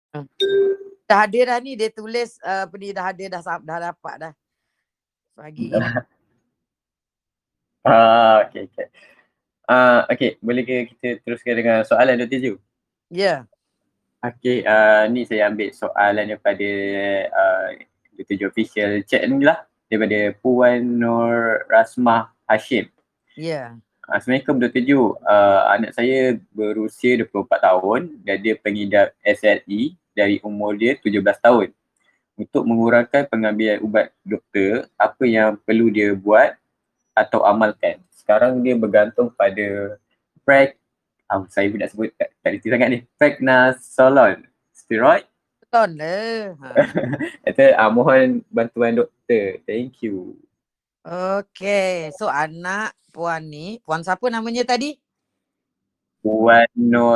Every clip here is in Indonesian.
Dah ada dah ni, dia tulis apa ni, dah ada dah dapat dah. Pagi ini. Okay, okay. Okay, boleh ke kita teruskan dengan soalan Dr. Ju? Ya. Okay, ni saya ambil soalan daripada Dr. Ju official chat ni lah, daripada Puan Nur Rasmah Hashim. Ya. Assalamualaikum Dr. Ju. Anak saya berusia 24 tahun dan dia pengidap SLE dari umur dia 17 tahun. Untuk mengurangkan pengambilan ubat doktor, apa yang perlu dia buat atau amalkan? Sekarang dia bergantung pada saya pun nak sebut tak reti sangat ni. Prednisolone steroid. Betul lah. Kata mohon bantuan doktor. Thank you. Okey. So anak puan ni, puan siapa namanya tadi? Puan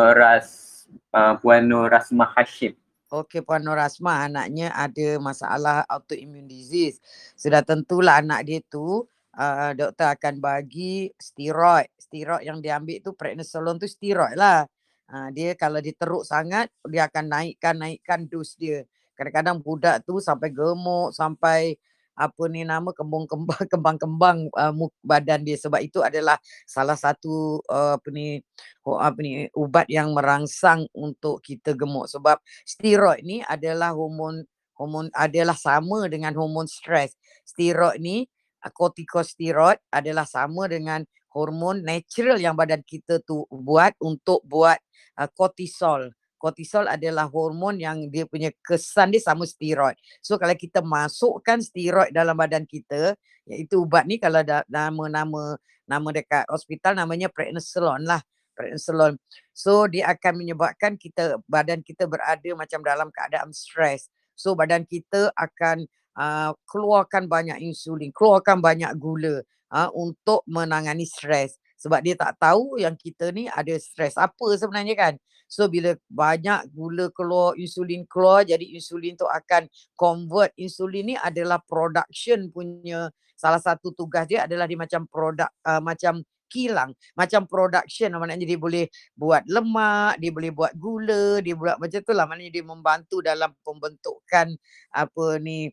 Nur Rasmah Hashim. Okey, Puan Nur Rasmah, anaknya ada masalah autoimmune disease. Sudah tentulah anak dia tu doktor akan bagi steroid. Steroid yang dia ambil tu prednisolone tu steroid lah. Dia kalau dia teruk sangat, dia akan naikkan dos dia. Kadang-kadang budak tu sampai gemuk, sampai apa ni nama kembang-kembang badan dia, sebab itu adalah salah satu apa ni ubat yang merangsang untuk kita gemuk, sebab steroid ni adalah hormon adalah sama dengan hormon stres. Steroid ni kortikosteroid adalah sama dengan hormon natural yang badan kita tu buat untuk buat kortisol. Kortisol adalah hormon yang dia punya kesan dia sama steroid. So kalau kita masukkan steroid dalam badan kita, iaitu ubat ni kalau nama dekat hospital namanya prednisolone lah. Prednisolone. So dia akan menyebabkan badan kita berada macam dalam keadaan stres. So badan kita akan keluarkan banyak insulin, keluarkan banyak gula untuk menangani stres. Sebab dia tak tahu yang kita ni ada stres apa sebenarnya kan. So bila banyak gula keluar, insulin keluar, jadi insulin tu akan convert. Insulin ni adalah production punya, salah satu tugas dia adalah dia macam produk macam kilang, macam production, maknanya dia boleh buat lemak, dia boleh buat gula, dia buat macam tu lah, maknanya dia membantu dalam pembentukan apa ni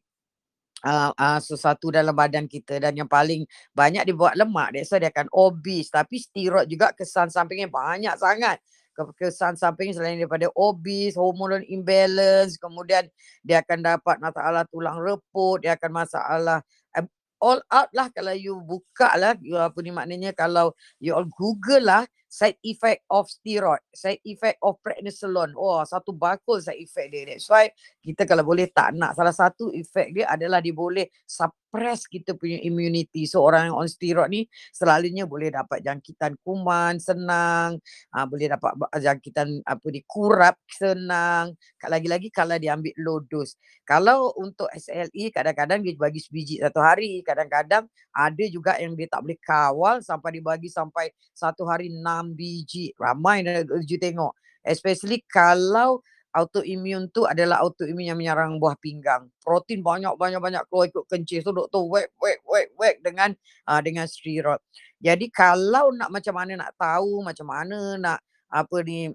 sesuatu dalam badan kita. Dan yang paling banyak dia buat lemak, that's why dia akan obese. Tapi steroid juga kesan sampingnya banyak sangat. Kesan samping selain daripada obese, hormonal imbalance, kemudian dia akan dapat masalah tulang reput, dia akan masalah all out lah. Kalau you buka lah, apa ni maknanya, kalau you all google lah side effect of steroid, side effect of prednisolone, satu bakul side effect dia. That's why kita kalau boleh tak nak, salah satu effect dia adalah dia boleh suppress kita punya immunity. So orang yang on steroid ni selalunya boleh dapat jangkitan kuman senang, boleh dapat jangkitan apa ni kurap senang, lagi-lagi kalau dia ambil low dose. Kalau untuk SLE kadang-kadang dia bagi sebiji satu hari, kadang-kadang ada juga yang dia tak boleh kawal sampai dibagi sampai satu hari 6 biji. Ramai you tengok. Especially kalau autoimmune tu adalah autoimmune yang menyerang buah pinggang. Protein banyak keluar ikut kencing. So doktor whack dengan steroid. Jadi kalau nak macam mana nak tahu, macam mana nak apa ni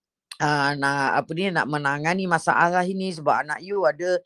nak menangani masalah ini, sebab anak you ada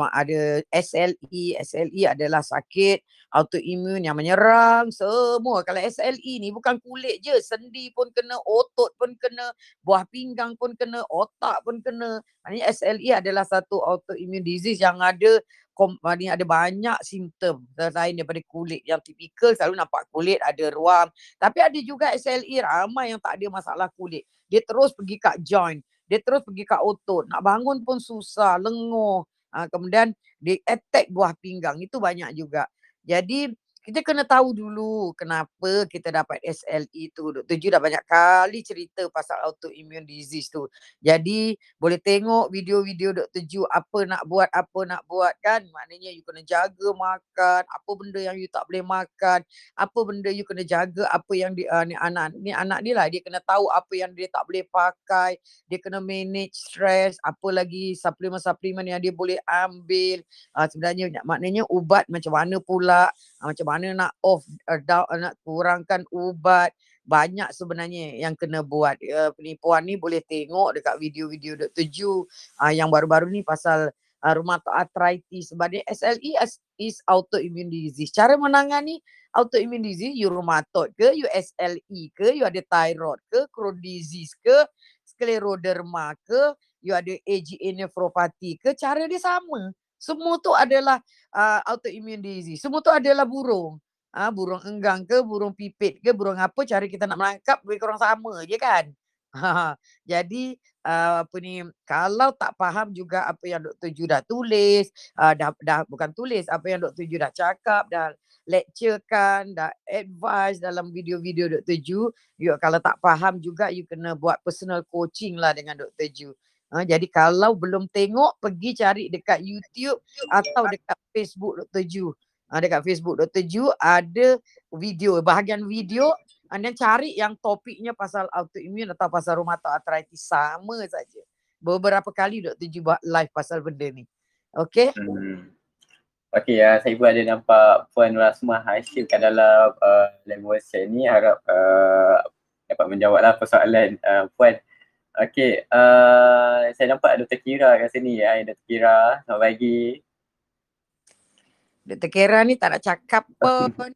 SLE. SLE adalah sakit autoimun yang menyerang semua. Kalau SLE ni bukan kulit je, sendi pun kena, otot pun kena, buah pinggang pun kena, otak pun kena. Maknanya SLE adalah satu autoimmune disease yang ada banyak simptom selain daripada kulit. Yang tipikal selalu nampak kulit ada ruam, tapi ada juga SLE ramai yang tak ada masalah kulit. Dia terus pergi kat joint, dia terus pergi kat otot, nak bangun pun susah, lenguh. Kemudian dia attack buah pinggang, itu banyak juga. Jadi kita kena tahu dulu kenapa kita dapat SLE tu. Dr. Ju dah banyak kali cerita pasal autoimmune disease tu. Jadi boleh tengok video-video Dr. Ju apa nak buat kan. Maknanya you kena jaga makan, apa benda yang you tak boleh makan, apa benda you kena jaga, apa yang anak dia lah, dia kena tahu apa yang dia tak boleh pakai, dia kena manage stress, apa lagi suplemen-suplemen yang dia boleh ambil. Sebenarnya maknanya ubat macam mana pula, macam mana nak nak kurangkan ubat. banyak sebenarnya yang kena buat. Penipuan ni boleh tengok dekat video-video Dr. Ju yang baru-baru ni pasal rheumatoid arthritis. Sebab dia SLE is autoimmune disease. Cara menangani autoimmune disease, you rheumatoid ke, you SLE ke, you ada thyroid ke, Crohn disease ke, scleroderma ke, you ada AGA nephropathy ke, cara dia sama. Semua tu adalah autoimmune disease. Semua tu adalah burung. Burung enggang ke, burung pipit ke, burung apa, cara kita nak menangkap lebih kurang sama je kan. Jadi kalau tak faham juga apa yang Dr. Ju dah tulis, dah bukan tulis, apa yang Dr. Ju dah cakap, dah lecturekan, dah advise dalam video-video Dr. Ju, you kalau tak faham juga, you kena buat personal coaching lah dengan Dr. Ju. Jadi kalau belum tengok, pergi cari dekat YouTube atau dekat Facebook Dr. Ju. Dekat Facebook Dr. Ju ada video, bahagian video, dan cari yang topiknya pasal autoimmune atau pasal rheumatoid arthritis, sama saja. Beberapa kali Dr. Ju buat live pasal benda ni. Okay? Okay, saya pun ada nampak Puan Rasmah Hashim kat dalam live WhatsApp ni. Harap dapat menjawablah persoalan Puan. Okay, saya nampak Dr. Kira kat sini. Dr. Kira, selamat pagi. Dr. Kira ni tak nak cakap pun.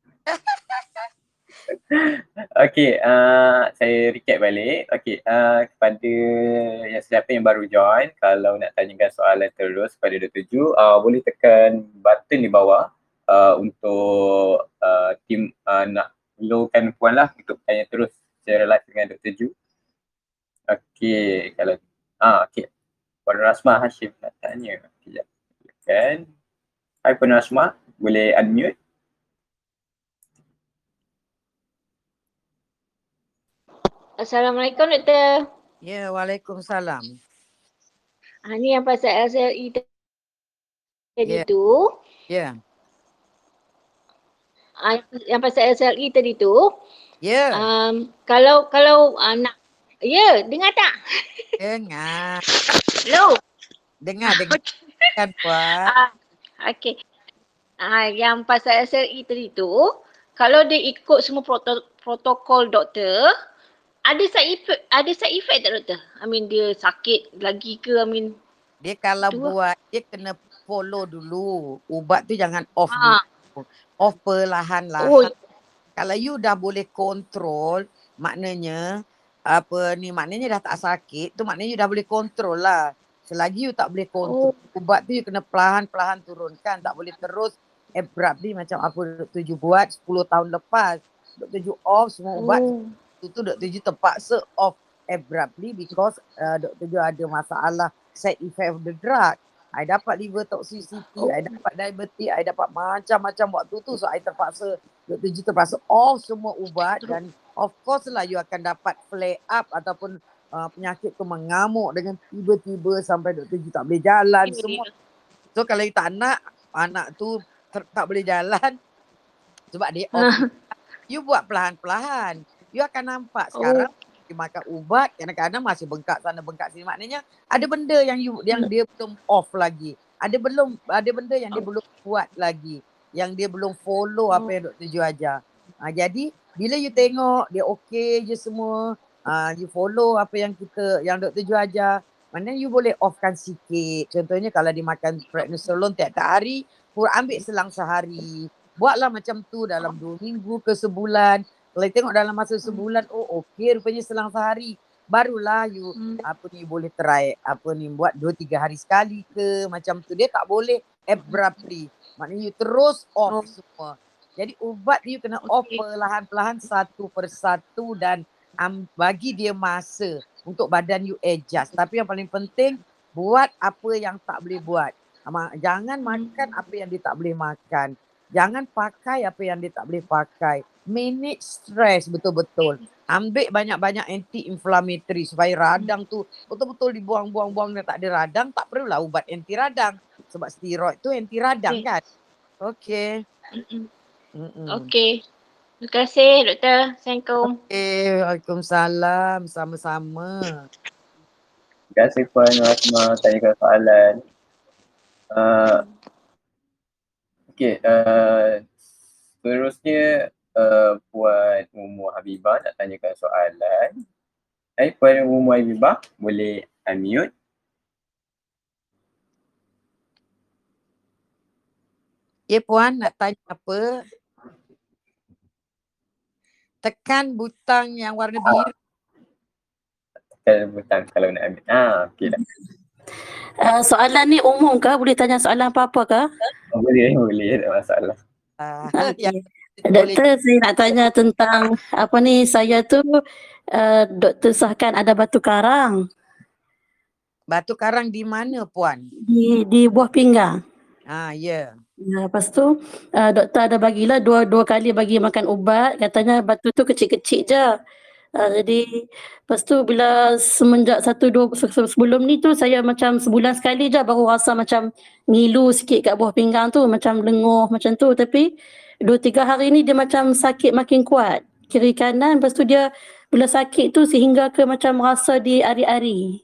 Okay, saya recap balik. Okay, kepada siapa yang baru join, kalau nak tanyakan soalan terus kepada Dr. Ju, boleh tekan button di bawah untuk tim nak follow-kan Puan lah untuk tanya terus secara live dengan Dr. Ju. Okay, kalau okay. Puan Rasmah Hashim nak tanya. Sekejap. Kan? Hai Puan Rasmah, boleh unmute? Assalamualaikum Doktor. Ya, waalaikumsalam. Ni yang pasal SLE tadi tu. Ya. Yang pasal SLE tadi tu. Ya. Kalau nak, ya, dengar tak? Dengar. Hello. Dengar kan Puan. Okay. Yang pasal SLE tadi tu, kalau dia ikut semua protokol doktor, ada side effect tak doktor? I mean dia sakit lagi ke? I mean dia kalau buat, dia kena follow dulu. Ubat tu jangan off dulu. Off perlahan-lahan. Kalau you dah boleh kontrol, maknanya maknanya dah tak sakit, tu maknanya you dah boleh kontrol lah. Selagi you tak boleh kontrol, ubat tu you kena perlahan-perlahan turunkan. Tak boleh terus abruptly macam apa Dr. Ju buat 10 tahun lepas. Dr. Ju off semua ubat. Itu Dr. Ju terpaksa off abruptly because Dr. Ju ada masalah side effect of the drug. I dapat liver toxicity, I dapat diabetes, I dapat macam-macam waktu tu. So I terpaksa, Dr. Ju terpaksa off semua ubat dan of course lah you akan dapat flare up ataupun penyakit tu mengamuk dengan tiba-tiba sampai Dr. Ju tak boleh jalan semua. So kalau you tak nak anak tu tak boleh jalan sebab dia off, you buat perlahan-perlahan. You akan nampak sekarang dia makan ubat, kadang-kadang masih bengkak sana bengkak sini. Maknanya ada benda yang dia belum off lagi. Ada benda yang dia belum buat lagi. Yang dia belum follow apa yang Dr. Ju ajar. Jadi bila you tengok dia okey je semua, you follow apa yang Dr. Ju ajar, maknanya you boleh offkan sikit. Contohnya kalau dia makan prednisolone tiap-tiap hari, ambil selang sehari. Buatlah macam tu dalam 2 minggu ke sebulan. Kalau tengok dalam masa sebulan, okey rupanya selang sehari. Barulah you boleh try buat 2-3 hari sekali ke macam tu. Dia tak boleh abruptly. Maknanya you terus off semua. Jadi ubat you kena off perlahan-lahan satu persatu dan bagi dia masa untuk badan you adjust. Tapi yang paling penting, buat apa yang tak boleh buat. Jangan makan apa yang dia tak boleh makan. Jangan pakai apa yang dia tak boleh pakai. Manage stress betul-betul. Ambil banyak-banyak anti-inflammatory supaya radang tu betul-betul dibuang-buang-buang dan tak ada radang. Tak perlulah ubat anti radang. Sebab steroid tu anti radang kan. Okey. Okey. Terima kasih doktor. Assalamualaikum. Waalaikumsalam. Sama-sama. Terima kasih Puan Rasmah tanyakan soalan. Okay, seterusnya Puan Umu Habibah nak tanyakan soalan. Puan Umu Habibah boleh unmute. Ya Puan, nak tanya apa? Tekan butang yang warna biru. Butang kalau nak ambil. Okey dah. Soalan ni umum ke? Boleh tanya soalan apa-apa ke? Boleh, tak masalah. Yang boleh Doktor, saya nak tanya tentang apa ni, saya tu doktor sahkan ada batu karang batu karang di mana Puan? di buah pinggang. Ya. Lepas tu doktor ada bagilah dua kali bagi makan ubat, katanya batu tu kecil-kecil je. Jadi lepas tu bila semenjak 1-2 sebelum ni tu saya macam sebulan sekali je baru rasa macam ngilu sikit kat buah pinggang tu, macam lenguh macam tu. Tapi 2-3 hari ni dia macam sakit makin kuat kiri kanan. Lepas tu dia bila sakit tu sehingga ke macam rasa di ari-ari.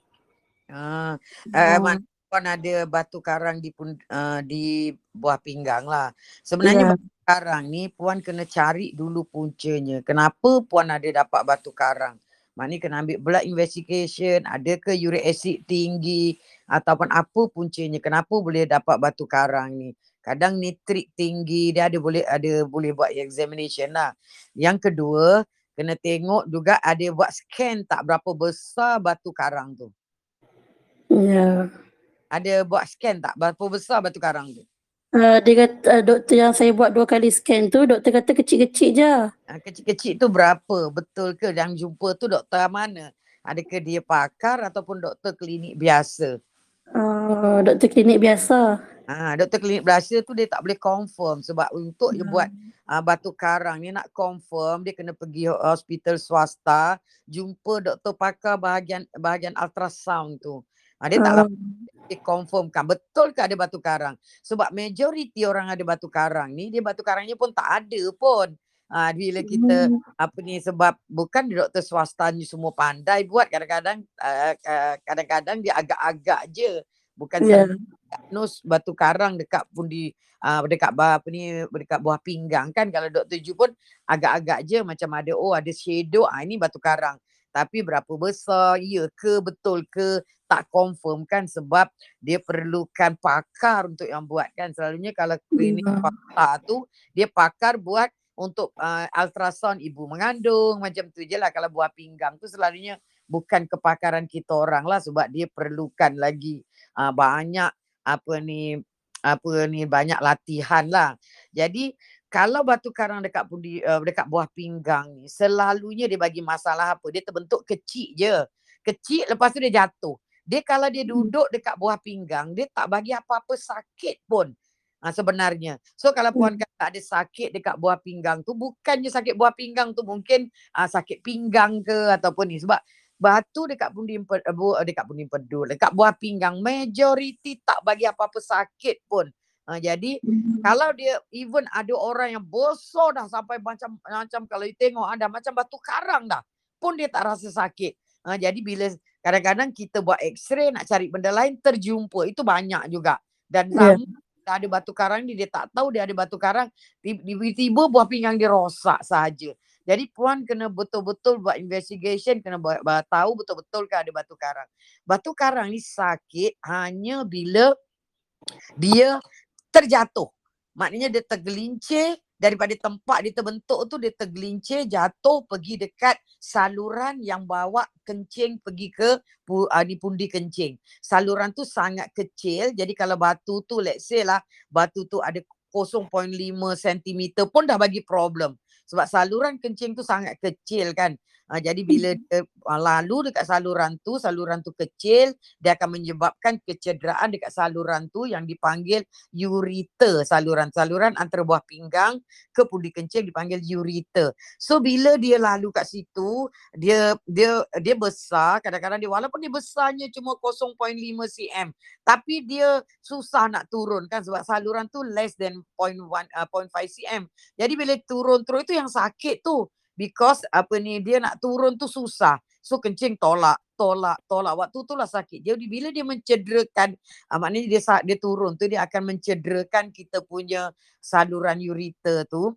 Puan ada batu karang di buah pinggang lah. Sebenarnya batu karang ni Puan kena cari dulu puncanya. Kenapa Puan ada dapat batu karang? Maknanya kena ambil blood investigation, ada ke uric acid tinggi ataupun apa puncanya, kenapa boleh dapat batu karang ni. Kadang nitrik tinggi, dia boleh buat examination lah. Yang kedua, kena tengok juga ada buat scan tak berapa besar batu karang tu. Ya. Ada buat scan tak? Berapa besar batu karang tu? Dia kata, doktor yang saya buat 2 kali scan tu, doktor kata kecil-kecil je. Kecil-kecil tu berapa? Betul ke yang jumpa tu doktor mana? Adakah dia pakar ataupun doktor klinik biasa? Doktor klinik biasa. Doktor klinik biasa tu dia tak boleh confirm sebab untuk dia buat batu karang ni nak confirm dia kena pergi hospital swasta, jumpa doktor pakar bahagian ultrasound tu. Dia tak confirmkan betul ke ada batu karang. Sebab majoriti orang ada batu karang ni, dia batu karangnya pun tak ada pun. Bila kita sebab bukan doktor swasta ni semua pandai buat, kadang-kadang dia agak-agak je. Bukan diagnose batu karang dekat dekat buah pinggang kan. Kalau doktor Ju pun agak-agak je macam ada ada shadow, ini batu karang. Tapi berapa besar, ya ke, betul ke, tak confirm kan sebab dia perlukan pakar untuk yang buat kan. Selalunya kalau klinik pakar tu, dia pakar buat untuk ultrasound ibu mengandung, macam tu je lah. Kalau buah pinggang tu selalunya bukan kepakaran kita orang lah sebab dia perlukan lagi banyak banyak latihan lah. Jadi kalau batu karang dekat buah pinggang ni, selalunya dia bagi masalah apa? Dia terbentuk kecil je. Kecil lepas tu dia jatuh. Dia kalau dia duduk dekat buah pinggang, dia tak bagi apa-apa sakit pun sebenarnya. So kalau Puan kata ada sakit dekat buah pinggang tu, bukannya sakit buah pinggang tu, mungkin sakit pinggang ke ataupun ni. Sebab batu dekat dekat buah pinggang, majoriti tak bagi apa-apa sakit pun. Jadi kalau dia even ada orang yang bosor dah sampai macam kalau you tengok ada macam batu karang dah pun dia tak rasa sakit. Jadi bila kadang-kadang kita buat x-ray nak cari benda lain terjumpa, itu banyak juga. Dan ada batu karang ni dia tak tahu dia ada batu karang, tiba-tiba buah pinggang dia rosak saja. Jadi Puan kena betul-betul buat investigation, kena tahu betul-betul ke ada batu karang. Batu karang ni sakit hanya bila dia terjatuh. Maknanya dia tergelincir daripada tempat dia terbentuk tu, dia tergelincir jatuh pergi dekat saluran yang bawa kencing pergi ke pundi kencing. Saluran tu sangat kecil, jadi kalau batu tu let's say lah batu tu ada 0.5 cm pun dah bagi problem. Sebab saluran kencing tu sangat kecil kan. Jadi bila dia lalu dekat saluran tu kecil, dia akan menyebabkan kecederaan dekat saluran tu yang dipanggil ureter. Saluran antara buah pinggang ke pundi kencing dipanggil ureter. So bila dia lalu kat situ, dia besar, kadang-kadang dia walaupun dia besarnya cuma 0.5 cm, tapi dia susah nak turun kan sebab saluran tu less than 0.5 cm. Jadi bila turun itu yang sakit tu. Because dia nak turun tu susah. So kencing tolak. Waktu tu lah sakit. Jadi bila dia mencederakan, maknanya dia turun tu dia akan mencederakan kita punya saluran ureter tu.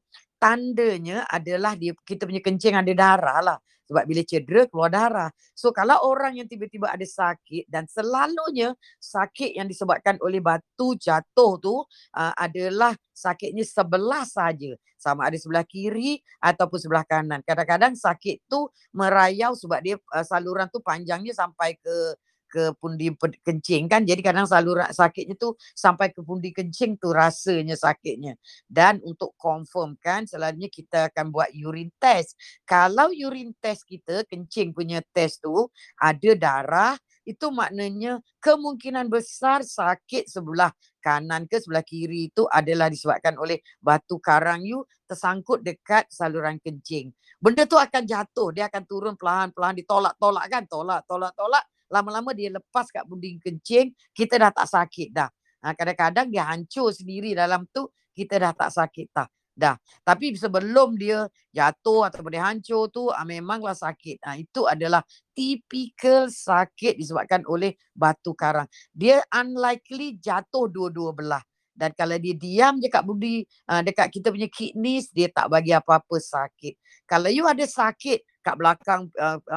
tandanya adalah kita punya kencing ada darah lah. Sebab bila cedera keluar darah. So kalau orang yang tiba-tiba ada sakit dan selalunya sakit yang disebabkan oleh batu jatuh tu adalah sakitnya sebelah saja. Sama ada sebelah kiri ataupun sebelah kanan. Kadang-kadang sakit tu merayau sebab dia saluran tu panjangnya sampai ke pundi kencing kan. Jadi kadang saluran sakitnya tu sampai ke pundi kencing tu rasanya sakitnya. Dan untuk confirmkan selalunya kita akan buat urine test. Kalau urine test kita, kencing punya test tu ada darah, itu maknanya kemungkinan besar sakit sebelah kanan ke sebelah kiri itu adalah disebabkan oleh batu karang you tersangkut dekat saluran kencing. Benda tu akan jatuh, dia akan turun perlahan-perlahan, ditolak-tolak kan, tolak. Lama-lama dia lepas kat pundi kencing, kita dah tak sakit dah. Kadang-kadang dia hancur sendiri dalam tu, kita dah tak sakit dah. Tapi sebelum dia jatuh ataupun dia hancur tu, memanglah sakit. Itu adalah tipikal sakit disebabkan oleh batu karang. Dia unlikely jatuh dua-dua belah. Dan kalau dia diam je kat budi, dekat kita punya kidneys, dia tak bagi apa-apa sakit. Kalau you ada sakit kat belakang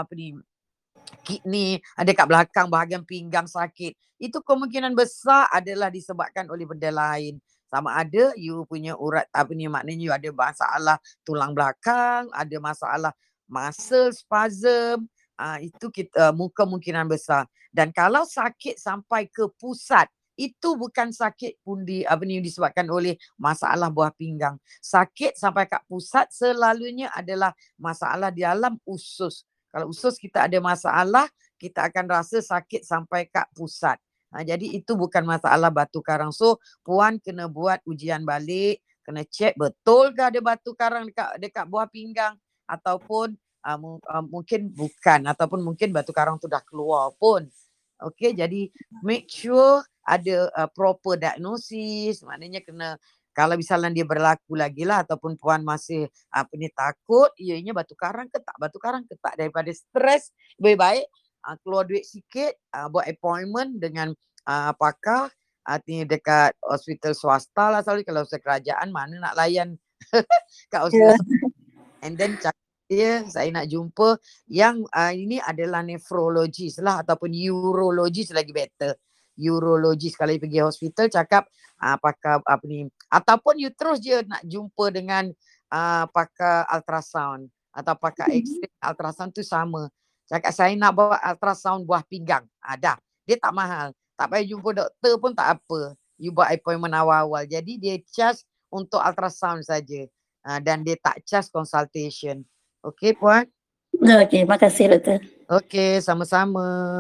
kidney, ada kat belakang bahagian pinggang sakit, itu kemungkinan besar adalah disebabkan oleh benda lain. Sama ada you punya urat maknanya you ada masalah tulang belakang, ada masalah muscle spasm, itu kita kemungkinan besar. Dan kalau sakit sampai ke pusat, itu bukan sakit pundi disebabkan oleh masalah buah pinggang. Sakit sampai kat pusat selalunya adalah masalah di dalam usus. Kalau usus kita ada masalah, kita akan rasa sakit sampai kat pusat. Jadi itu bukan masalah batu karang. So puan kena buat ujian balik, kena cek betul ke ada batu karang dekat buah pinggang ataupun mungkin bukan, ataupun mungkin batu karang tu dah keluar pun. Okay, jadi make sure ada proper diagnosis, maknanya kena. Kalau misalnya dia berlaku lagi lah ataupun puan masih takut, ianya batu karang ke tak, daripada stres, lebih baik keluar duit sikit, buat appointment dengan pakar, artinya dekat hospital swasta lah selalu. Kalau hospital kerajaan mana nak layan kat hospital. And then dia saya nak jumpa yang ini adalah nephrologist lah ataupun urologist lagi better. Urologist kalau pergi hospital cakap pakar ataupun you terus je nak jumpa dengan pakar ultrasound atau pakar X-ray. Ultrasound tu sama. Cakap saya nak buat ultrasound buah pinggang. Dah. Dia tak mahal. Tak payah jumpa doktor pun tak apa. You buat appointment awal-awal. Jadi dia charge untuk ultrasound saja. Dan dia tak charge consultation. Okey puan? Okey, makasih doktor. Okey, sama-sama.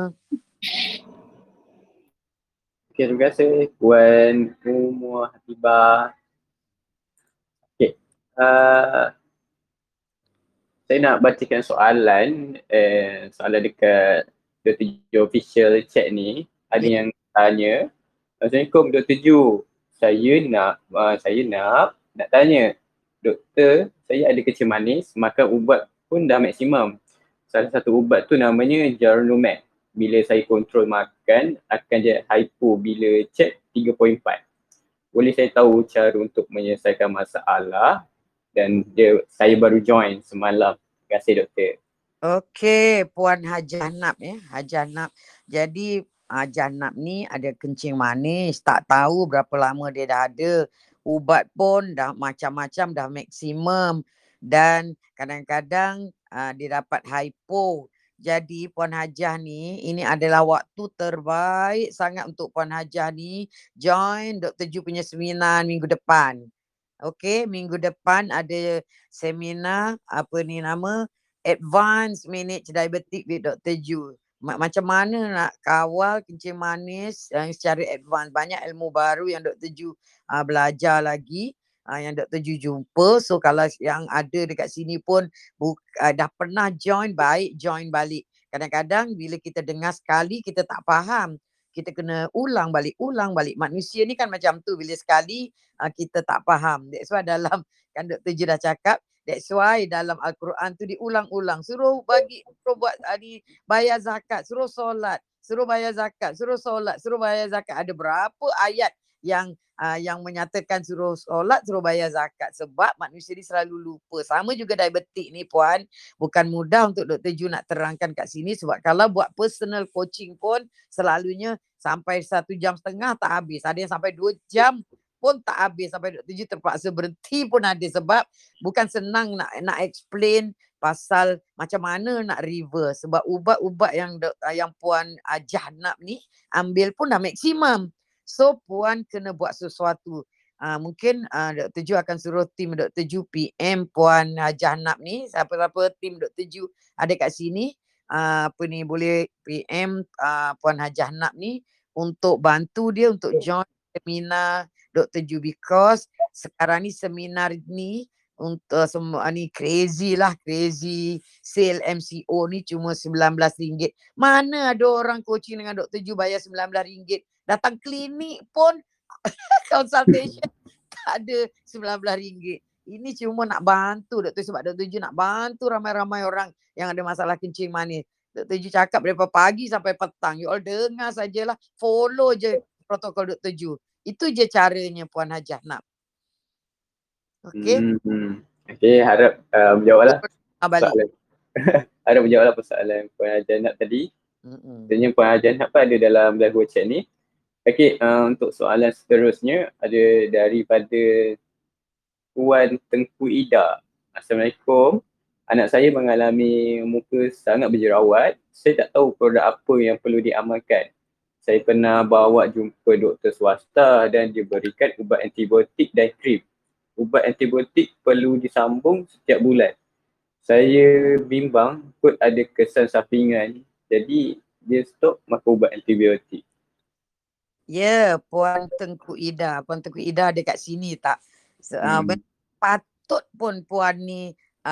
Okay, terima kasih Puan Umur Hatibah. Okay. Saya nak bacakan soalan dekat Dr. Ju official chat ni. Ada yang tanya, Assalamualaikum Dr. Ju. Saya nak tanya, doktor, saya ada kencing manis, makan ubat pun dah maksimum. Salah satu ubat tu namanya Jarnomet. Bila saya kontrol makan, akan jadi hypo bila cek 3.4. Boleh saya tahu cara untuk menyelesaikan masalah? Dan saya baru join semalam. Terima kasih doktor. Okey, Puan Hajanab ya. Hajanab. Jadi Hajanab ni ada kencing manis. Tak tahu berapa lama dia dah ada. Ubat pun dah macam-macam, dah maksimum. Dan kadang-kadang dia dapat hypo. Jadi Puan Hajah ni, ini adalah waktu terbaik sangat untuk Puan Hajah ni join Dr. Ju punya seminar minggu depan. Okey, minggu depan ada seminar Advanced Managed Diabetic with Dr. Ju. Macam mana nak kawal kencing manis secara advance. Banyak ilmu baru yang Dr. Ju belajar lagi. Yang Dr. Ju jumpa. So kalau yang ada dekat sini pun dah pernah join, baik join balik. Kadang-kadang bila kita dengar sekali kita tak faham. Kita kena ulang balik. Manusia ni kan macam tu. Bila sekali kita tak faham. That's why dalam, kan Dr. Ju dah cakap, that's why dalam Al-Quran tu diulang-ulang. Suruh buat bayar zakat, suruh solat, suruh bayar zakat, suruh solat, suruh bayar zakat. Ada berapa ayat yang menyatakan suruh solat, suruh bayar zakat. Sebab manusia ni selalu lupa. Sama juga diabetik ni puan. Bukan mudah untuk Dr. Ju nak terangkan kat sini. Sebab kalau buat personal coaching pun selalunya sampai 1.5 jam tak habis. Ada yang sampai 2 jam pun tak habis. Sampai Dr. Ju terpaksa berhenti pun ada. Sebab bukan senang nak explain pasal macam mana nak reverse. Sebab ubat-ubat yang puan Jahnab ni ambil pun dah maksimum. So puan kena buat sesuatu. Mungkin Dr. Ju akan suruh tim Dr. Ju PM puan Jahnab ni. Siapa-siapa tim Dr. Ju ada kat sini. Boleh PM puan Jahnab ni untuk bantu dia untuk join seminar Dr. Ju, because sekarang ni seminar ni untuk semua ni crazy sale MCO ni cuma RM19. Mana ada orang coaching dengan Dr. Ju bayar RM19? Datang klinik pun consultation tak ada RM19. Ini cuma nak bantu Dr. Sebab Dr. Ju nak bantu ramai-ramai orang yang ada masalah kencing manis. Dr. Ju cakap daripada pagi sampai petang. You all dengar sajalah, follow je protokol Dr. Ju. Itu je caranya Puan Jahnab. Okey. Okey, harap menjawablah Balik. soalan. Harap menjawablah persoalan Puan Jahnab tadi. Sebenarnya Puan Jahnab apa ada dalam live chat ni. Okey, untuk soalan seterusnya ada daripada Puan Tengku Ida. Assalamualaikum. Anak saya mengalami muka sangat berjerawat. Saya tak tahu produk apa yang perlu diamalkan. Saya pernah bawa jumpa doktor swasta dan dia berikan ubat antibiotik dan krim. Ubat antibiotik perlu disambung setiap bulan. Saya bimbang kot ada kesan sampingan. Jadi dia stop makan ubat antibiotik. Ya, Puan Tengku Ida. Puan Tengku Ida ada kat sini tak? Patut pun Puan ni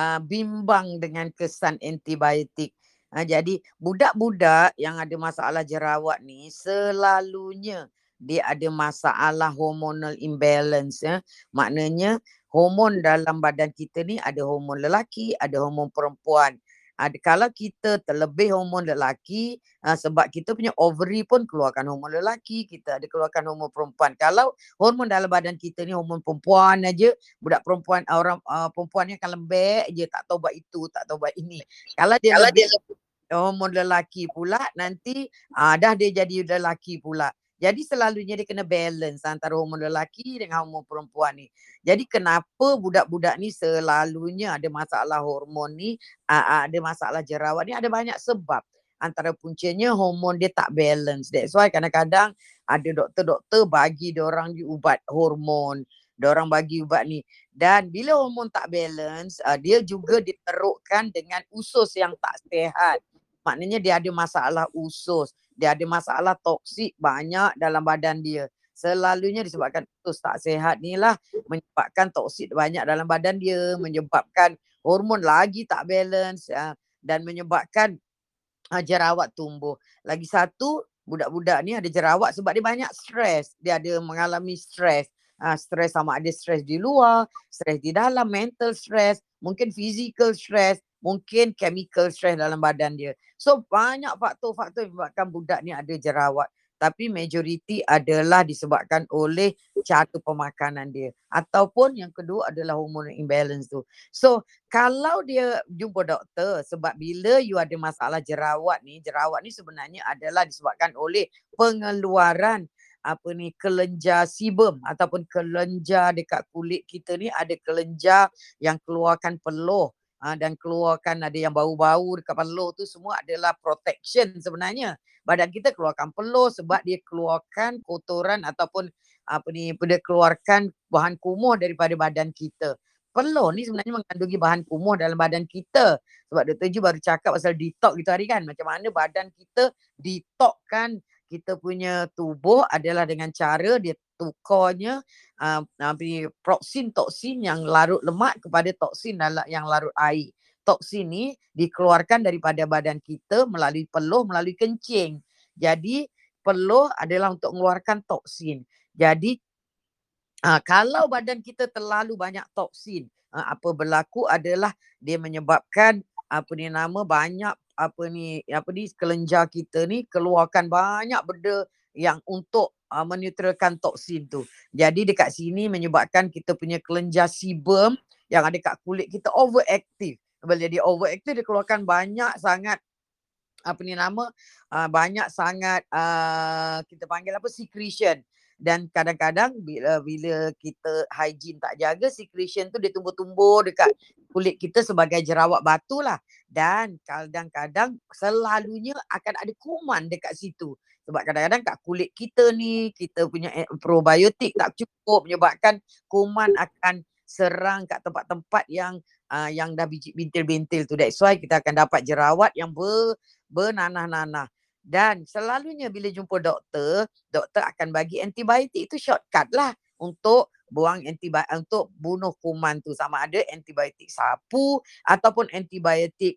bimbang dengan kesan antibiotik. Jadi budak-budak yang ada masalah jerawat ni selalunya dia ada masalah hormonal imbalance. Maknanya hormon dalam badan kita ni ada hormon lelaki, ada hormon perempuan. Kalau kita terlebih hormon lelaki, sebab kita punya ovary pun keluarkan hormon lelaki, kita ada keluarkan hormon perempuan. Kalau hormon dalam badan kita ni hormon perempuan aja, budak perempuan, orang perempuan ni akan lembek je, tak tahu buat itu, tak tahu buat ini. Kalau dia lebih hormon lelaki pula, nanti dah dia jadi lelaki pula. Jadi selalunya dia kena balance antara hormon lelaki dengan hormon perempuan ni. Jadi kenapa budak-budak ni selalunya ada masalah hormon ni, ada masalah jerawat ni, ada banyak sebab. Antara puncanya hormon dia tak balance. That's why kadang-kadang ada doktor-doktor bagi diorang ubat hormon. Diorang bagi ubat ni. Dan bila hormon tak balance, dia juga diterukkan dengan usus yang tak sihat. Maknanya dia ada masalah usus. Dia ada masalah toksik banyak dalam badan dia. Selalunya disebabkan usus tak sihat ni lah menyebabkan toksik banyak dalam badan dia, menyebabkan hormon lagi tak balance dan menyebabkan jerawat tumbuh. Lagi satu, budak-budak ni ada jerawat sebab dia banyak stres. Dia ada mengalami stres. Stres sama ada stres di luar, stres di dalam, mental stres, mungkin physical stres, mungkin chemical stress dalam badan dia. So banyak faktor-faktor yang menyebabkan budak ni ada jerawat. Tapi majoriti adalah disebabkan oleh cara pemakanan dia. Ataupun yang kedua adalah hormonal imbalance tu. So kalau dia jumpa doktor, sebab bila you ada masalah jerawat ni sebenarnya adalah disebabkan oleh pengeluaran kelenjar sebum ataupun kelenjar dekat kulit kita ni, ada kelenjar yang keluarkan peluh. Dan keluarkan ada yang bau-bau dekat peluh tu, semua adalah protection sebenarnya. Badan kita keluarkan peluh sebab dia keluarkan kotoran ataupun dia keluarkan bahan kumuh daripada badan kita. Peluh ni sebenarnya mengandungi bahan kumuh dalam badan kita. Sebab Dr. Ju baru cakap pasal detox gitu hari kan. Macam mana badan kita detoxkan kita punya tubuh adalah dengan cara dia tukarnya toksin yang larut lemak kepada toksin yang larut air. Toksin ni dikeluarkan daripada badan kita melalui peluh, melalui kencing. Jadi peluh adalah untuk mengeluarkan toksin. Jadi kalau badan kita terlalu banyak toksin, apa berlaku adalah dia menyebabkan banyak kelenjar kita ni keluarkan banyak benda yang untuk menetralkan toksin tu. Jadi dekat sini menyebabkan kita punya kelenjar sebum yang ada kat kulit kita overactive. Bila dia overactive, dia keluarkan banyak sangat banyak sangat kita panggil secretion. Dan kadang-kadang bila kita hygiene tak jaga, secretion tu dia tumbuh-tumbuh dekat kulit kita sebagai jerawat batu lah. Dan kadang-kadang selalunya akan ada kuman dekat situ. Sebab kadang-kadang kat kulit kita ni, kita punya probiotik tak cukup, menyebabkan kuman akan serang kat tempat-tempat yang dah biji bintil-bintil tu. That's why kita akan dapat jerawat yang bernanah-nanah. Dan selalunya bila jumpa doktor akan bagi antibiotik. Itu shortcut lah untuk buang untuk bunuh kuman tu, sama ada antibiotik sapu ataupun antibiotik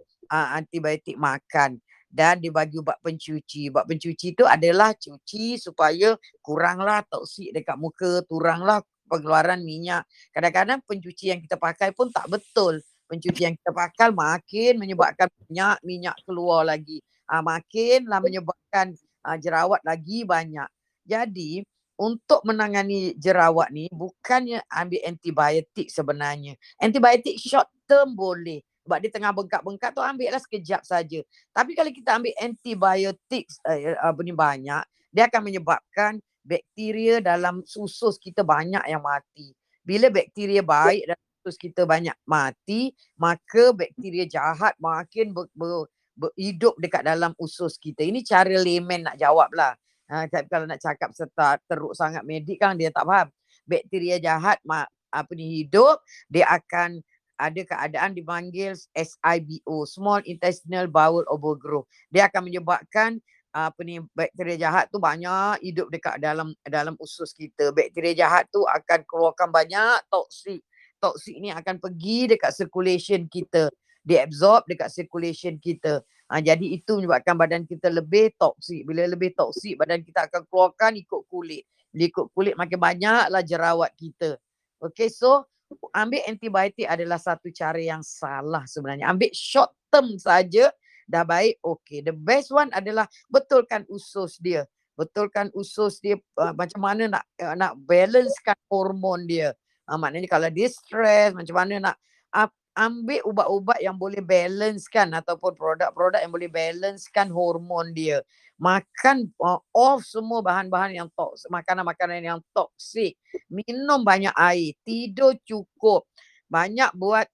makan. Dan dibagi ubat pencuci. Ubat pencuci tu adalah cuci supaya kuranglah toksik dekat muka, kuranglah pengeluaran minyak. Kadang-kadang pencuci yang kita pakai pun tak betul. Pencuci yang kita pakai makin menyebabkan minyak keluar lagi. Makinlah menyebabkan jerawat lagi banyak. Jadi untuk menangani jerawat ni bukannya ambil antibiotik sebenarnya. Antibiotik short term boleh. Sebab dia tengah bengkak-bengkak tu ambillah sekejap saja. Tapi kalau kita ambil antibiotik banyak, dia akan menyebabkan bakteria dalam usus kita banyak yang mati. Bila bakteria baik dalam usus kita banyak mati, maka bakteria jahat makin hidup dekat dalam usus kita. Ini cara layman nak jawab lah. Tapi kalau nak cakap serta teruk sangat medik kan dia tak faham. Bakteria jahat hidup, dia akan ada keadaan dipanggil SIBO, Small Intestinal Bowel Overgrowth. Dia akan menyebabkan bakteria jahat tu banyak hidup dekat dalam usus kita. Bakteria jahat tu akan keluarkan banyak toksik. Toksik ni akan pergi dekat circulation kita. Diabsorb dekat circulation kita. Jadi itu menyebabkan badan kita lebih toksik. Bila lebih toksik, badan kita akan keluarkan ikut kulit. Bila ikut kulit makin banyaklah jerawat kita. Okay, so ambil antibiotik adalah satu cara yang salah sebenarnya. Ambil short term saja dah baik. Okay, the best one adalah betulkan usus dia. Betulkan usus dia macam mana nak balancekan hormon dia. Maknanya kalau dia stres, macam mana nak ambil ubat-ubat yang boleh balancekan ataupun produk-produk yang boleh balancekan hormon dia. Makan off semua bahan-bahan yang toksik, makanan-makanan yang toksik. Minum banyak air, tidur cukup. Banyak buat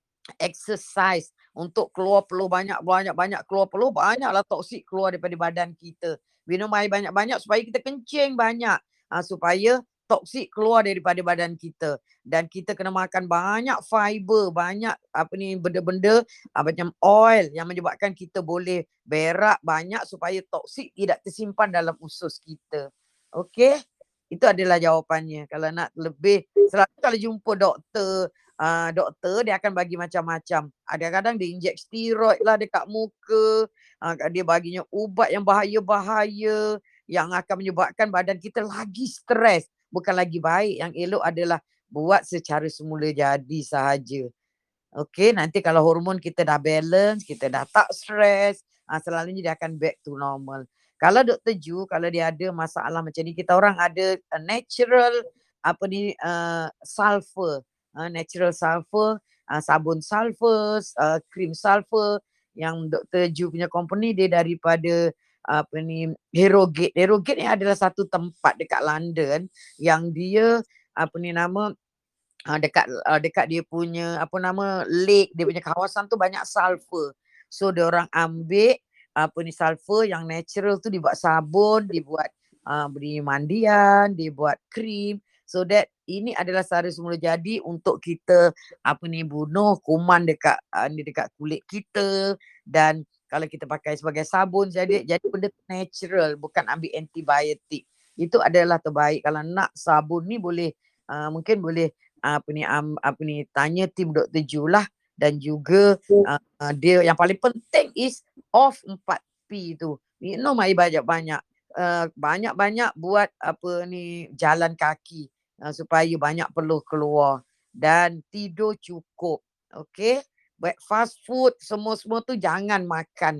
exercise untuk keluar peluh banyak keluar peluh, banyaklah toksik keluar daripada badan kita. Minum air banyak-banyak supaya kita kencing banyak. Supaya toksik keluar daripada badan kita. Dan kita kena makan banyak fiber, banyak benda-benda macam oil yang menyebabkan kita boleh berak banyak supaya toksik tidak tersimpan dalam usus kita. Okey? Itu adalah jawapannya. Kalau nak lebih, selalu kalau jumpa doktor dia akan bagi macam-macam. Kadang-kadang dia injek steroid lah dekat muka. Dia baginya ubat yang bahaya-bahaya yang akan menyebabkan badan kita lagi stres. Bukan lagi baik. Yang elok adalah buat secara semula jadi sahaja. Okey, nanti kalau hormon kita dah balance, kita dah tak stres, selalunya dia akan back to normal. Kalau Dr. Ju, kalau dia ada masalah macam ni, kita orang ada natural sulfur. Natural sulfur, sabun sulfur, krim sulfur yang Dr. Ju punya company dia daripada Harrogate. Harrogate ni adalah satu tempat dekat London yang dia dekat dia punya lake, dia punya kawasan tu banyak sulfur. So dia orang ambil sulfur yang natural tu dibuat sabun, dibuat mandian, dibuat krim. So that ini adalah cara semula jadi untuk kita bunuh kuman dekat kulit kita. Dan kalau kita pakai sebagai sabun, jadi benda natural, bukan ambil antibiotik. Itu adalah terbaik. Kalau nak sabun ni boleh mungkin boleh tanya tim Dr. Ju lah. Dan juga dia yang paling penting is off 4P tu. Minum air banyak-banyak. Banyak-banyak buat jalan kaki supaya banyak peluh keluar. Dan tidur cukup. Okay. Fast food semua tu jangan makan.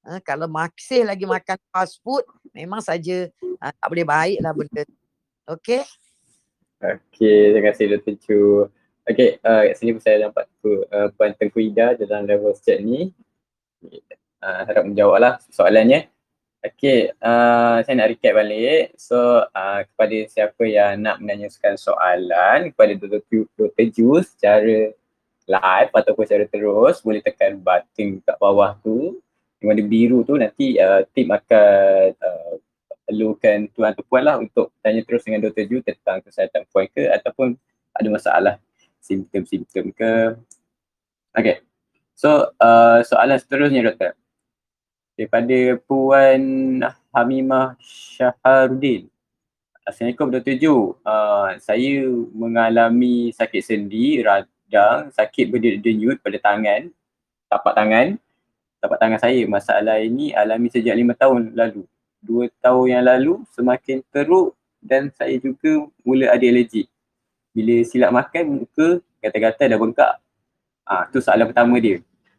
Kalau masih lagi makan fast food, memang saja tak boleh baik lah benda. Okey? Okey, terima kasih Dr. Chu. Okey, kat sini saya nampak Puan Tengku Ida dalam level chat ni. Harap menjawab lah soalannya. Okey, saya nak recap balik. So, kepada siapa yang nak menanyakan soalan kepada Dr. Chu secara live ataupun secara terus, boleh tekan button kat bawah tu. Yang warna biru tu nanti tim akan perlukan tuan atau puan lah untuk tanya terus dengan Dr. Ju tentang kesihatan puan ke ataupun ada masalah simptom-simptom ke. Okay. So, soalan seterusnya Doktor. Daripada Puan Hamimah Syaharudin. Assalamualaikum Dr. Ju. Saya mengalami sakit sendi, radang, sakit berdenyut pada tangan, tapak tangan saya. Masalah ini alami sejak 5 tahun lalu. 2 tahun yang lalu semakin teruk dan saya juga mula ada alergi. Bila silap makan, muka gatal-gatal dah bengkak. Tu soalan pertama dia.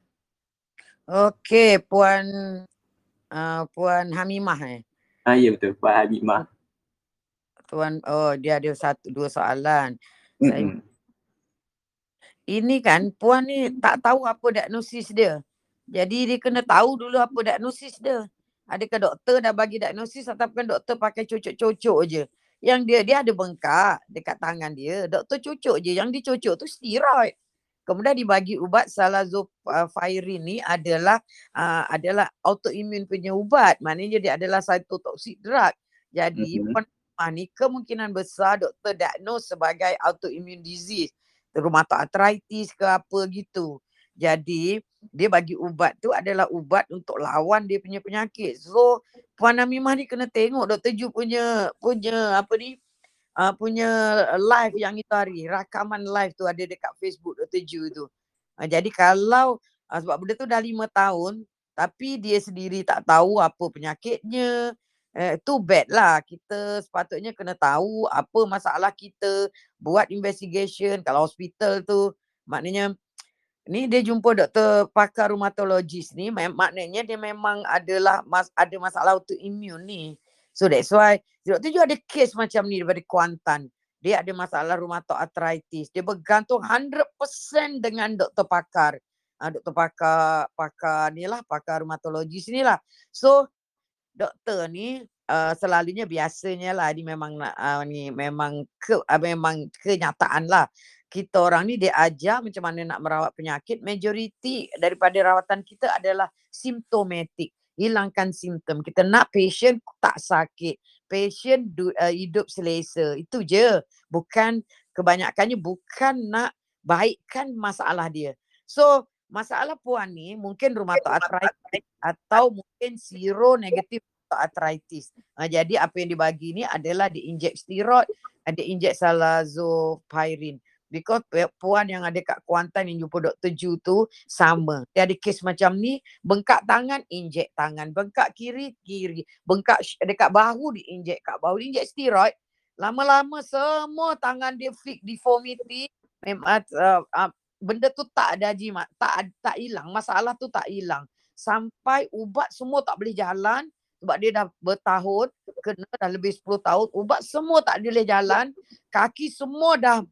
Okey, Puan Hamimah Ya betul, Puan Hamimah. Dia ada 2 soalan. Ini kan puan ni tak tahu apa diagnosis dia. Jadi dia kena tahu dulu apa diagnosis dia. Adakah doktor dah bagi diagnosis ataupun doktor pakai cucuk-cucuk je. Yang dia ada bengkak dekat tangan dia. Doktor cucuk je. Yang dicucuk tu steroid. Kemudian dibagi ubat Salazopavirin ni adalah autoimmune punya ubat. Maknanya dia adalah cytotoxic drug. Jadi puan ni kemungkinan besar doktor diagnose sebagai autoimmune disease. Rheumatoid arthritis ke apa gitu. Jadi dia bagi ubat tu adalah ubat untuk lawan dia punya penyakit. So Puan Hamimah ni kena tengok Dr. Ju punya punya live yang itu hari, rakaman live tu ada dekat Facebook Dr. Ju tu. Jadi kalau sebab benda tu dah 5 tahun tapi dia sendiri tak tahu apa penyakitnya, too bad lah. Kita sepatutnya kena tahu apa masalah kita, buat investigation. Kalau hospital tu maknanya ni dia jumpa doktor pakar rheumatologist ni, maknanya dia memang ada masalah autoimmune ni. So that's why Dr. Ju ada kes macam ni daripada Kuantan. Dia ada masalah rheumatoid arthritis. Dia bergantung 100% dengan doktor pakar. Doktor pakar ni lah, pakar rheumatologis ni lah. So doktor ni selalunya biasanya lah ni memang memang kenyataan lah. Kita orang ni dia ajar macam mana nak merawat penyakit. Majoriti daripada rawatan kita adalah simptomatik. Hilangkan simptom. Kita nak patient tak sakit. Patient hidup selesa. Itu je. Kebanyakannya bukan nak baikkan masalah dia. So masalah puan ni mungkin rheumatoid arthritis atau mungkin seronegatif arthritis. Jadi apa yang dibagi ni adalah diinjek steroid, diinjek Salazopavirin. Because puan yang ada kat Kuantan yang jumpa Dr. Ju tu sama. Dia ada kes macam ni, bengkak tangan, injek tangan. Bengkak kiri. Bengkak dekat bahu, diinjek kat bahu. Diinjek steroid. Lama-lama semua tangan dia fix deformity. Memang benda tu tak ada jimat. Tak hilang. Masalah tu tak hilang. Sampai ubat semua tak boleh jalan. Sebab dia dah bertahun, kena dah lebih 10 tahun, ubat semua tak boleh jalan, kaki semua dah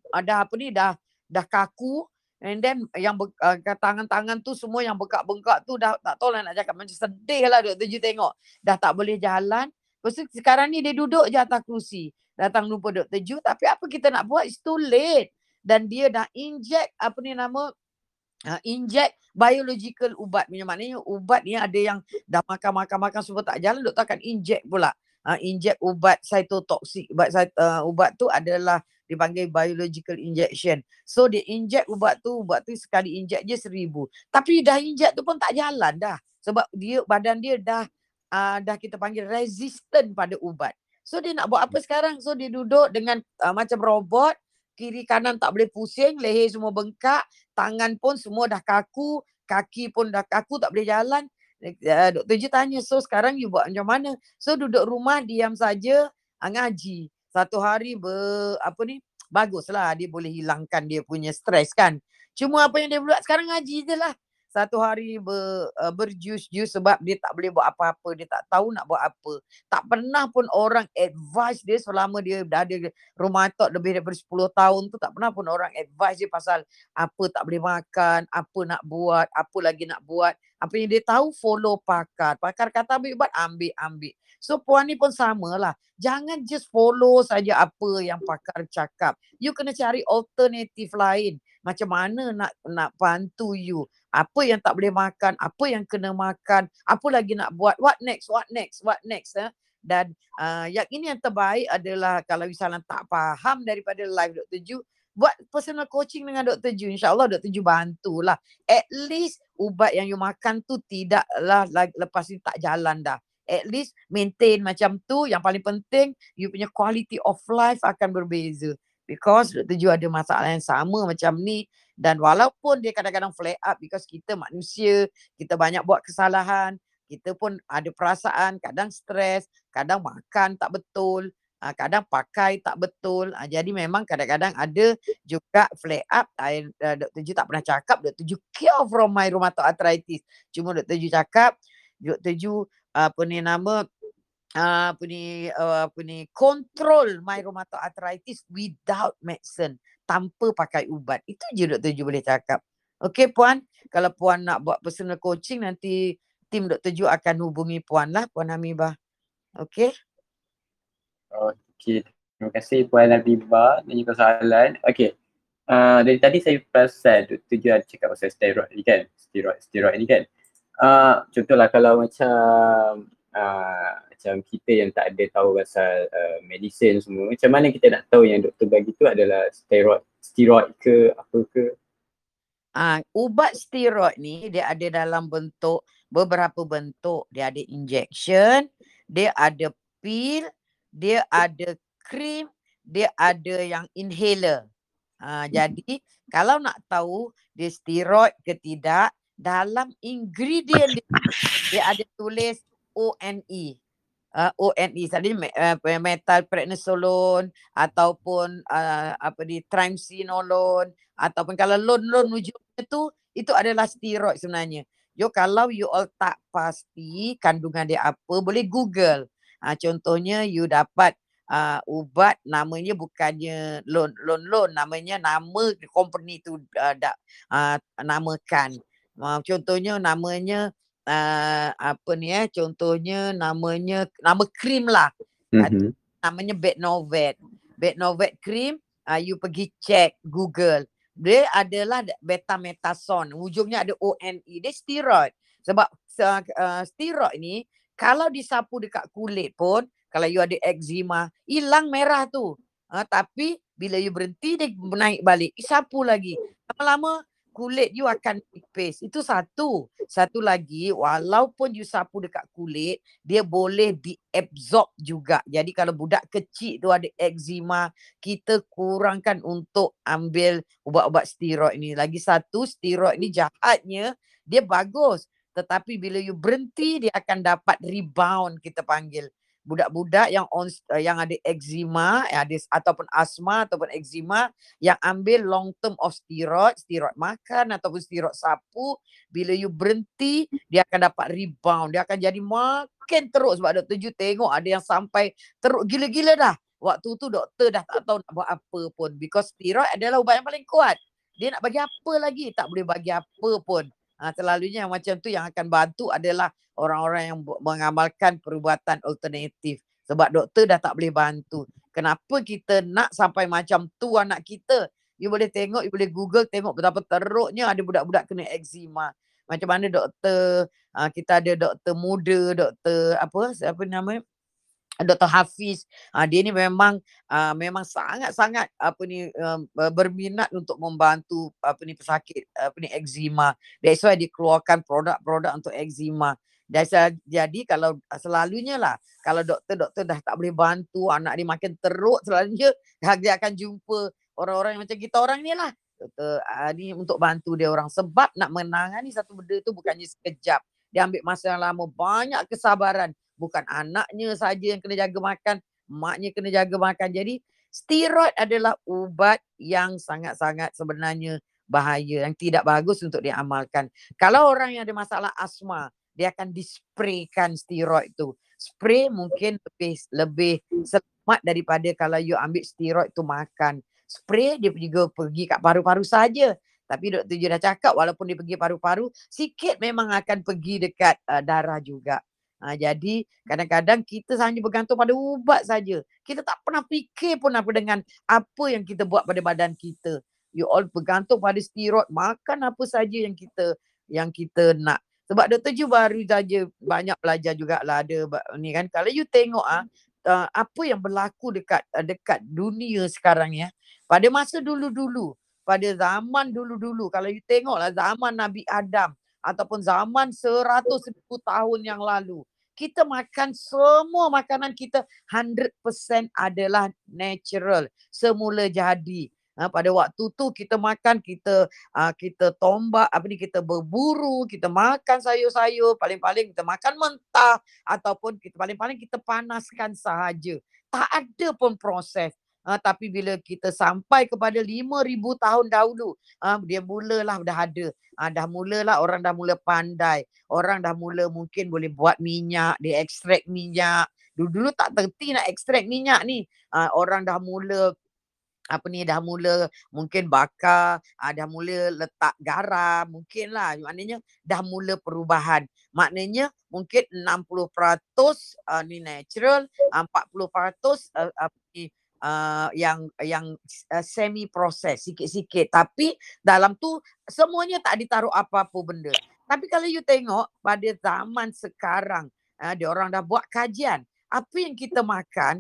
kaku, and then yang tangan-tangan tu semua yang bengkak-bengkak tu dah tak tahu lah nak cakap, macam sedih lah Dr. Ju tengok, dah tak boleh jalan. Lepas tu sekarang ni dia duduk je atas kerusi, datang jumpa Dr. Ju, tapi apa kita nak buat, it's too late. Dan dia dah inject inject biological ubat. Maknanya ubat ni ada yang dah makan semua tak jalan, doktor akan inject pula. Inject ubat cytotoxic. Ubat tu adalah dipanggil biological injection. So dia inject ubat tu sekali inject je 1,000. Tapi dah inject tu pun tak jalan dah. Sebab badan dia dah kita panggil resistant pada ubat. So dia nak buat apa sekarang? So dia duduk dengan macam robot. Kiri kanan tak boleh pusing, leher semua bengkak, tangan pun semua dah kaku, kaki pun dah kaku, tak boleh jalan. Dr. Ju tanya, so sekarang you buat macam mana? So duduk rumah, diam saja, ngaji. Satu hari baguslah dia boleh hilangkan dia punya stres kan. Cuma apa yang dia buat sekarang ngaji je lah. satu hari berjus-jus sebab dia tak boleh buat apa-apa, dia tak tahu nak buat apa. Tak pernah pun orang advise dia selama dia dah ada rheumatok lebih daripada 10 tahun tu, tak pernah pun orang advise dia pasal apa tak boleh makan, apa nak buat, apa lagi nak buat. Apa yang dia tahu follow pakar. Pakar kata ambil ubat, ambil. So puan ni pun samalah. Jangan just follow saja apa yang pakar cakap. You kena cari alternatif lain. Macam mana nak bantu you. Apa yang tak boleh makan, apa yang kena makan, apa lagi nak buat, what next. Dan yang ini yang terbaik adalah kalau misalnya tak faham daripada live Dr. Ju, buat personal coaching dengan Dr. Ju. InsyaAllah Dr. Ju bantulah. At least ubat yang you makan tu tidaklah lepas ni tak jalan dah. At least maintain macam tu. Yang paling penting, you punya quality of life akan berbeza. Because Dr. Ju ada masalah yang sama macam ni. Dan walaupun dia kadang-kadang flare up because kita manusia, kita banyak buat kesalahan, kita pun ada perasaan, kadang stres, kadang makan tak betul, kadang pakai tak betul. Jadi memang kadang-kadang ada juga flare up. Dr. Ju tak pernah cakap Dr. Ju cure from my rheumatoid arthritis. Cuma Dr. Ju cakap, Dr. Ju control my rheumatoid arthritis without medicine, tanpa pakai ubat. Itu je Dr. Ju boleh cakap. Okey puan, kalau puan nak buat personal coaching nanti tim Dr. Ju akan hubungi puan lah, Puan Hamibah. Okey. Okey, terima kasih Puan Habibah tanya soalan. Okey. Dari tadi saya perasan Dr. Ju ada cakap pasal steroid ni kan. Steroid ni kan. Contohlah kalau macam kita yang tak ada tahu pasal medicine semua, macam mana kita nak tahu yang doktor bagi tu adalah steroid ke apa ke? Ubat steroid ni dia ada dalam beberapa bentuk. Dia ada injection, dia ada pil, dia ada krim, dia ada yang inhaler. Jadi kalau nak tahu dia steroid ke tidak, dalam ingredient dia ada tulis ONE. Methylprednisolone ataupun triamcinolone, ataupun kalau lon wujudnya tu, itu adalah steroid sebenarnya. Kalau you all tak pasti kandungan dia apa, boleh Google. Contohnya you dapat ubat namanya bukannya lon, namanya nama company tu namakan. Contohnya namanya contohnya nama krim lah. Namanya Betnovet krim. You pergi check Google. Dia adalah betamethasone. Ujungnya ada ONE. Dia steroid. Sebab steroid ni kalau disapu dekat kulit pun, kalau you ada eczema, hilang merah tu. Tapi bila you berhenti dia naik balik. Sapu lagi. Lama-lama kulit you akan nipis. Itu satu. Satu lagi, walaupun you sapu dekat kulit, dia boleh diabsorb juga. Jadi kalau budak kecil tu ada eczema, kita kurangkan untuk ambil ubat-ubat steroid ni. Lagi satu, steroid ni jahatnya, dia bagus. Tetapi bila you berhenti, dia akan dapat rebound, kita panggil. Budak-budak yang ada eczema, ataupun asma ataupun eczema, yang ambil long term of steroid makan ataupun steroid sapu, bila you berhenti, dia akan dapat rebound. Dia akan jadi makin teruk. Sebab Dr. Ju tengok ada yang sampai teruk gila-gila dah. Waktu tu doktor dah tak tahu nak buat apa pun. Because steroid adalah ubat yang paling kuat. Dia nak bagi apa lagi? Tak boleh bagi apa pun. Selalunya yang macam tu yang akan bantu adalah orang-orang yang mengamalkan perubatan alternatif. Sebab doktor dah tak boleh bantu. Kenapa kita nak sampai macam tu anak kita? You boleh tengok, you boleh Google tengok betapa teruknya ada budak-budak kena eczema. Macam mana doktor, kita ada doktor muda, doktor siapa namanya? Dr. Hafiz, dia ni memang sangat-sangat berminat untuk membantu pesakit eczema. That's why dia keluarkan produk-produk untuk eczema. Jadi kalau selalunya lah, kalau doktor dah tak boleh bantu anak dia makin teruk, selalunya dia akan jumpa orang-orang macam kita orang ni lah. Doktor ni untuk bantu dia orang. Sebab nak menangani satu benda tu bukannya sekejap. Dia ambil masa yang lama, banyak kesabaran. Bukan anaknya saja yang kena jaga makan, maknya kena jaga makan. Jadi steroid adalah ubat yang sangat-sangat sebenarnya bahaya, yang tidak bagus untuk diamalkan. Kalau orang yang ada masalah asma, dia akan dispraykan steroid tu. Spray mungkin lebih selamat daripada kalau you ambil steroid tu makan. Spray dia juga pergi kat paru-paru saja. Tapi doktor je dah cakap walaupun dia pergi paru-paru, sikit memang akan pergi dekat darah juga. Jadi kadang-kadang kita hanya bergantung pada ubat saja. Kita tak pernah fikir pun apa dengan apa yang kita buat pada badan kita. You all bergantung pada steroid, makan apa saja yang kita nak. Sebab doktor Ju baru saja banyak belajar jugalah ada ni kan. Kalau you tengok apa yang berlaku dekat dunia sekarang ya. Pada masa dulu-dulu, pada zaman dulu-dulu, kalau you tengoklah zaman Nabi Adam ataupun zaman 100,000 tahun yang lalu, kita makan semua makanan kita 100% adalah natural, semula jadi. Pada waktu tu kita makan, kita tombak, kita berburu, kita makan sayur-sayur, paling-paling kita makan mentah ataupun kita paling-paling kita panaskan sahaja. Tak ada pun proses. Tapi bila kita sampai kepada 5,000 tahun dahulu, dia mulalah dah ada. Dah mulalah orang dah mula pandai. Orang dah mula mungkin boleh buat minyak, dia ekstrak minyak. Dulu-dulu tak terti nak ekstrak minyak ni. Orang dah mula dah mula mungkin bakar, dah mula letak garam, mungkinlah. Maknanya dah mula perubahan. Maknanya mungkin 60% ni natural, 40% yang semi proses sikit-sikit, tapi dalam tu semuanya tak ditaruh apa-apa benda. Tapi kalau you tengok pada zaman sekarang, dia orang dah buat kajian, apa yang kita makan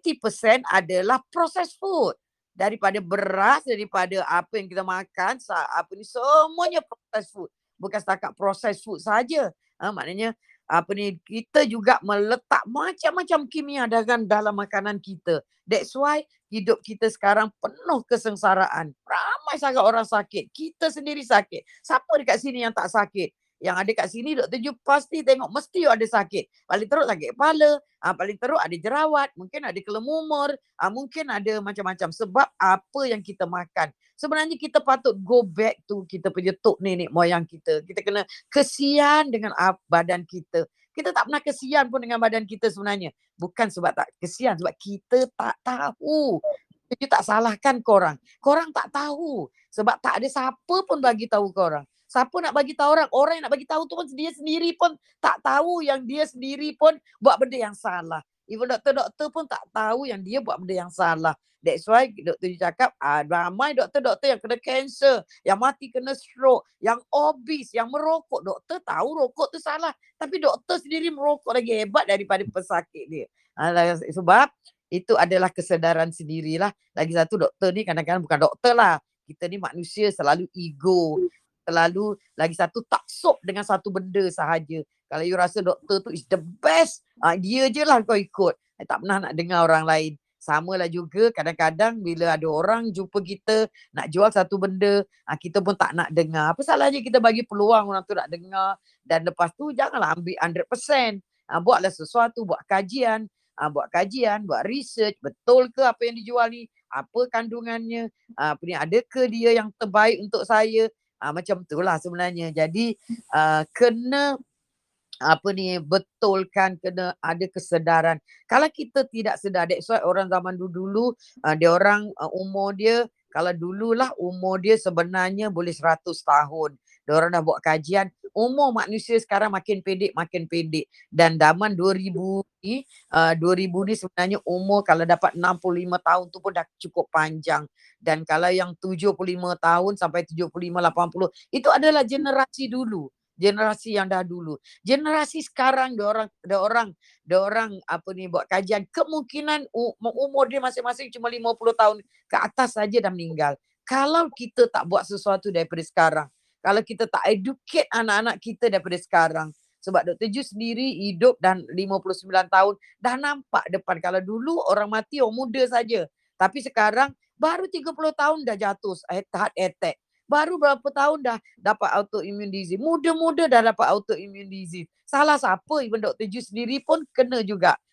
80% adalah processed food. Daripada beras, daripada apa yang kita makan, semuanya processed food. Bukan setakat processed food saja. Maknanya kita juga meletak macam-macam kimia dalam makanan kita. That's why hidup kita sekarang penuh kesengsaraan. Ramai sangat orang sakit. Kita sendiri sakit. Siapa dekat sini yang tak sakit? Yang ada kat sini doktor Ju pasti tengok mesti ada sakit. Paling teruk sakit kepala, paling teruk ada jerawat, mungkin ada kelemumur, mungkin ada macam-macam sebab apa yang kita makan. Sebenarnya kita patut go back to kita punya tok nenek moyang kita. Kita kena kesian dengan badan kita. Kita tak pernah kesian pun dengan badan kita sebenarnya. Bukan sebab tak kesian, sebab kita tak tahu. Kita tak salahkan korang. Korang tak tahu. Sebab tak ada siapa pun bagi tahu korang. Siapa nak bagi tahu orang? Orang yang nak bagi tahu tu pun dia sendiri pun tak tahu yang dia sendiri pun buat benda yang salah. Even doktor-doktor pun tak tahu yang dia buat benda yang salah. That's why doktor cakap ramai doktor-doktor yang kena kanser, yang mati kena stroke, yang obese, yang merokok. Doktor tahu rokok tu salah. Tapi doktor sendiri merokok lagi hebat daripada pesakit dia. Sebab itu adalah kesedaran sendirilah. Lagi satu doktor ni kadang-kadang bukan doktor lah. Kita ni manusia selalu ego. Selalu lagi satu taksub dengan satu benda sahaja. Kalau you rasa doktor tu is the best, dia je lah kau ikut. Tak pernah nak dengar orang lain. Samalah juga kadang-kadang bila ada orang jumpa kita nak jual satu benda, kita pun tak nak dengar. Apa salahnya kita bagi peluang orang tu nak dengar dan lepas tu janganlah ambil 100%. Buatlah sesuatu, buat kajian, buat research, betul ke apa yang dijual ni, apa kandungannya, ada ke dia yang terbaik untuk saya. Macam itulah sebenarnya. Jadi kena betulkan, kena ada kesedaran. Kalau kita tidak sedar, that's why orang zaman dulu dia orang umur dia, kalau dululah umur dia sebenarnya boleh 100 tahun. Dia orang dah buat kajian, umur manusia sekarang makin pendek. Dan zaman 2000 ni sebenarnya umur kalau dapat 65 tahun tu pun dah cukup panjang. Dan kalau yang 75 tahun sampai 75, 80, itu adalah generasi dulu. Generasi yang dah dulu. Generasi sekarang dia orang buat kajian, kemungkinan umur dia masing-masing cuma 50 tahun ke atas saja dah meninggal. Kalau kita tak buat sesuatu daripada sekarang, kalau kita tak educate anak-anak kita daripada sekarang, sebab Dr. Ju sendiri hidup dan 59 tahun dah nampak depan. Kalau dulu orang mati orang muda saja, tapi sekarang baru 30 tahun dah jatuh heart attack. Baru berapa tahun dah dapat autoimmune disease. Muda-muda dah dapat autoimmune disease. Salah siapa? Even Dr. Ju sendiri pun kena juga.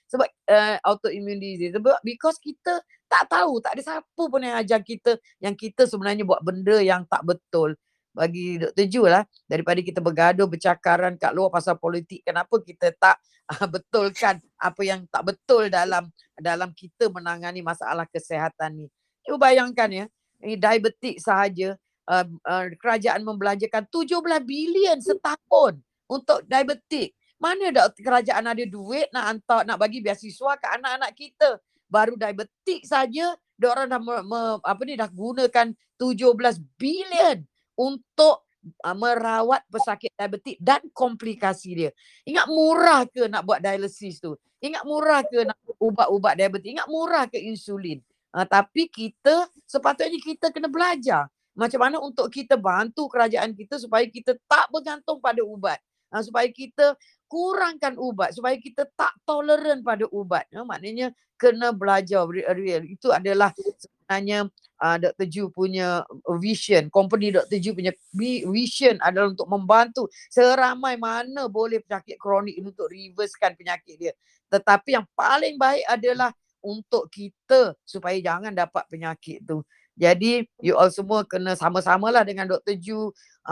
Sebab autoimmune disease. Sebab because kita tak tahu, tak ada siapa pun yang ajar kita yang kita sebenarnya buat benda yang tak betul. Bagi Dr. Ju lah, daripada kita bergaduh, bercakaran kat luar pasal politik, kenapa kita tak betulkan apa yang tak betul dalam kita menangani masalah kesihatan ni. Cuba bayangkan ya, diabetik sahaja, kerajaan membelanjakan 17 bilion setahun untuk diabetik. Mana dah kerajaan ada duit nak hantar, nak bagi beasiswa ke anak-anak kita. Baru diabetik saja, diorang dah dah gunakan 17 bilion untuk merawat pesakit diabetik dan komplikasi dia. Ingat murah ke nak buat dialisis tu? Ingat murah ke nak ubat-ubat diabetik? Ingat murah ke insulin? Tapi kita, sepatutnya kita kena belajar macam mana untuk kita bantu kerajaan kita supaya kita tak bergantung pada ubat. Supaya kita kurangkan ubat, supaya kita tak toleran pada ubat. Maknanya kena belajar real. Itu adalah sebenarnya Dr. Ju punya vision. Company Dr. Ju punya vision adalah untuk membantu seramai mana boleh penyakit kronik ini untuk reversekan penyakit dia. Tetapi yang paling baik adalah untuk kita supaya jangan dapat penyakit tu. Jadi you all semua kena sama-samalah dengan Dr. Ju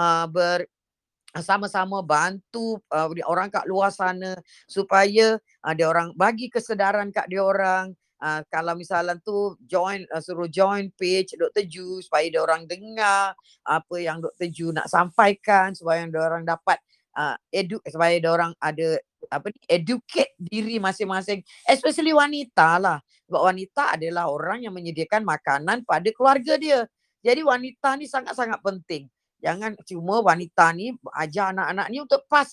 sama-sama bantu orang kat luar sana supaya dia orang bagi kesedaran kat dia orang. Kalau misalnya tu suruh join page Dr. Ju supaya dia orang dengar apa yang Dr. Ju nak sampaikan, supaya dia orang dapat supaya dia orang ada educate diri masing-masing, especially wanita lah. Sebab wanita adalah orang yang menyediakan makanan pada keluarga dia. Jadi wanita ni sangat-sangat penting. Jangan cuma wanita ni ajar anak-anak ni untuk pass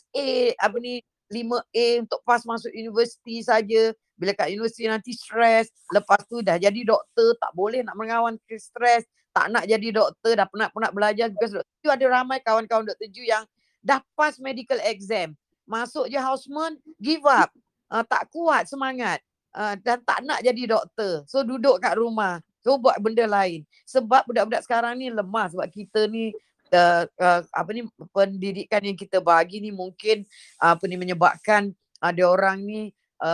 5A untuk pass masuk universiti saja. Bila kat universiti nanti stres, lepas tu dah jadi doktor, tak boleh nak mengawan stres, tak nak jadi doktor, dah penat-penat belajar. Because Dr. Ju ada ramai kawan-kawan Dr. Ju yang dah pass medical exam. Masuk je houseman, give up. Tak kuat semangat. Dan tak nak jadi doktor. So duduk kat rumah. So buat benda lain. Sebab budak-budak sekarang ni lemah. Sebab kita ni pendidikan yang kita bagi ni mungkin menyebabkan ada orang ni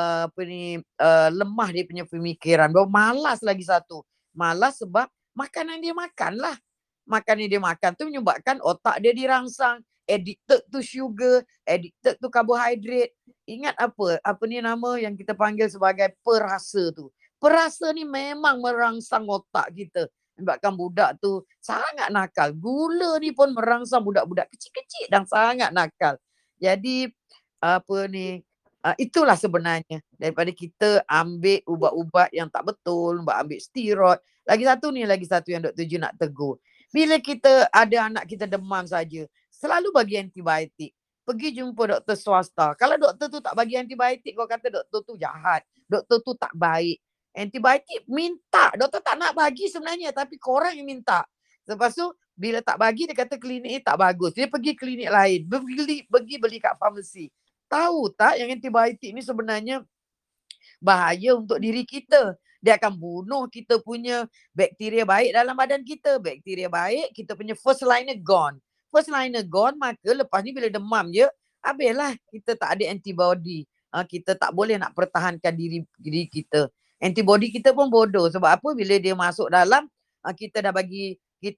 lemah dia punya pemikiran. Malas lagi satu. Malas sebab makanan dia makan lah. Makanan dia makan tu menyebabkan otak dia dirangsang. Addicted to sugar, addicted to carbohydrate. Ingat apa ni nama yang kita panggil sebagai perasa tu. Perasa ni memang merangsang otak kita. Sebabkan budak tu sangat nakal. Gula ni pun merangsang budak-budak kecil-kecil dan sangat nakal. Jadi itulah sebenarnya daripada kita ambil ubat-ubat yang tak betul, ambil steroid. Lagi satu yang Dr. Ju nak tegur. Bila kita ada anak kita demam saja, selalu bagi antibiotik. Pergi jumpa doktor swasta. Kalau doktor tu tak bagi antibiotik, kau kata doktor tu jahat. Doktor tu tak baik. Antibiotik minta. Doktor tak nak bagi sebenarnya, tapi korang yang minta. Lepas tu, bila tak bagi, dia kata klinik ni tak bagus. Dia pergi klinik lain. Pergi beli kat farmasi. Tahu tak yang antibiotik ni sebenarnya bahaya untuk diri kita. Dia akan bunuh kita punya bakteria baik dalam badan kita. Bakteria baik, kita punya first liner gone. First liner gone, maka lepas ni bila demam je, habislah kita tak ada antibody. Kita tak boleh nak pertahankan diri kita. Antibody kita pun bodoh. Sebab apa? Bila dia masuk dalam, kita dah bagi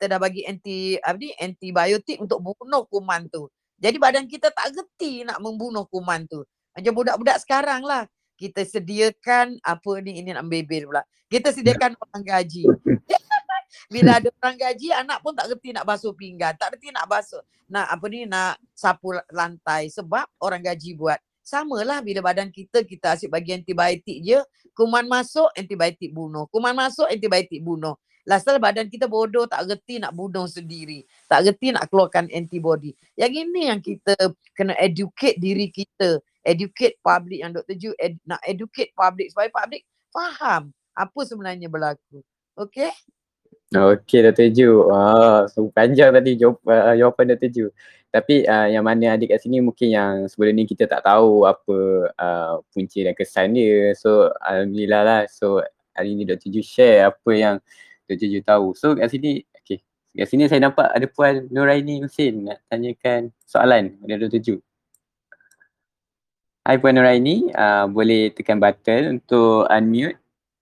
antibiotik untuk bunuh kuman tu. Jadi badan kita tak gerti nak membunuh kuman tu. Macam budak-budak sekarang lah. Kita sediakan ini nak bebel pula. Kita sediakan orang gaji. Bila ada orang gaji, anak pun tak gerti nak basuh pinggan, tak gerti nak basuh nak sapu lantai sebab orang gaji buat. Samalah bila badan kita asyik bagi antibiotik je, kuman masuk antibiotik bunuh. Kuman masuk antibiotik bunuh. Lasal badan kita bodoh, tak gerti nak bunuh sendiri. Tak gerti nak keluarkan antibody. Yang ini yang kita kena educate diri kita. Educate public yang Dr. Ju nak educate public supaya public faham apa sebenarnya berlaku. Okay? Okay Dr. Ju. So panjang tadi jawapan Dr. Ju. Tapi yang mana adik kat sini mungkin yang sebelum ni kita tak tahu apa punca dan kesan dia. So alhamdulillah lah. So hari ni Dr. Ju share apa yang Dr. Ju tahu. So kat sini, kat sini saya nampak ada Puan Nuraini Husin nak tanyakan soalan kepada Dr. Ju. Hai Puan Nuraini, boleh tekan button untuk unmute.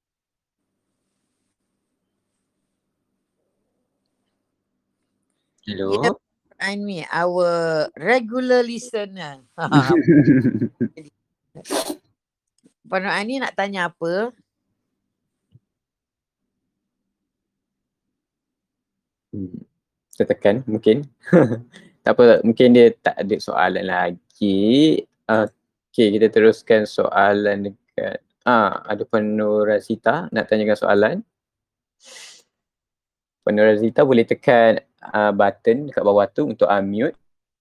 Yes, Hello. Aini, our regular listener. Puan Nur Aini nak tanya apa? Kita tekan mungkin. Tak apa, mungkin dia tak ada soalan lagi. Okey, kita teruskan soalan dekat ada Puan Nurazita nak tanyakan soalan. Puan Nurazita boleh tekan button dekat bawah tu untuk unmute.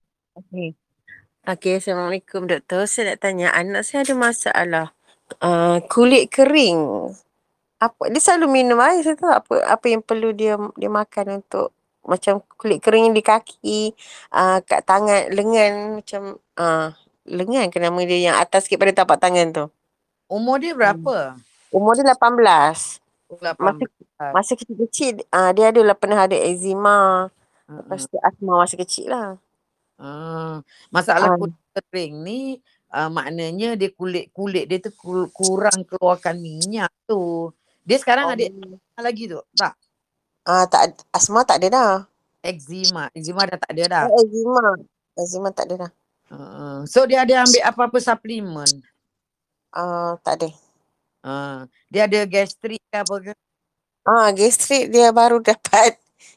Okey, Assalamualaikum Doktor. Saya nak tanya, anak saya ada masalah kulit kering. Dia selalu minum air, saya tahu apa yang perlu dia makan untuk macam kulit kering di kaki, kat tangan, lengan macam lengan ke nama dia yang atas sikit pada tapak tangan tu. Umur dia berapa? Umur dia 18. 18. Masa kecil-kecil dia adalah pernah ada eczema. Lepas tu asma masa kecil lah. Masalah kulit kering ni maknanya dia kulit dia tu kurang keluarkan minyak tu. Dia sekarang ada lagi tu? Tak? Tak, asma tak ada dah. Eczema dah tak ada dah. Eczema tak ada dah. So dia ada ambil apa-apa suplemen? Tak ada. Dia ada gastrik ke apa ke? Gastrik dia baru dapat.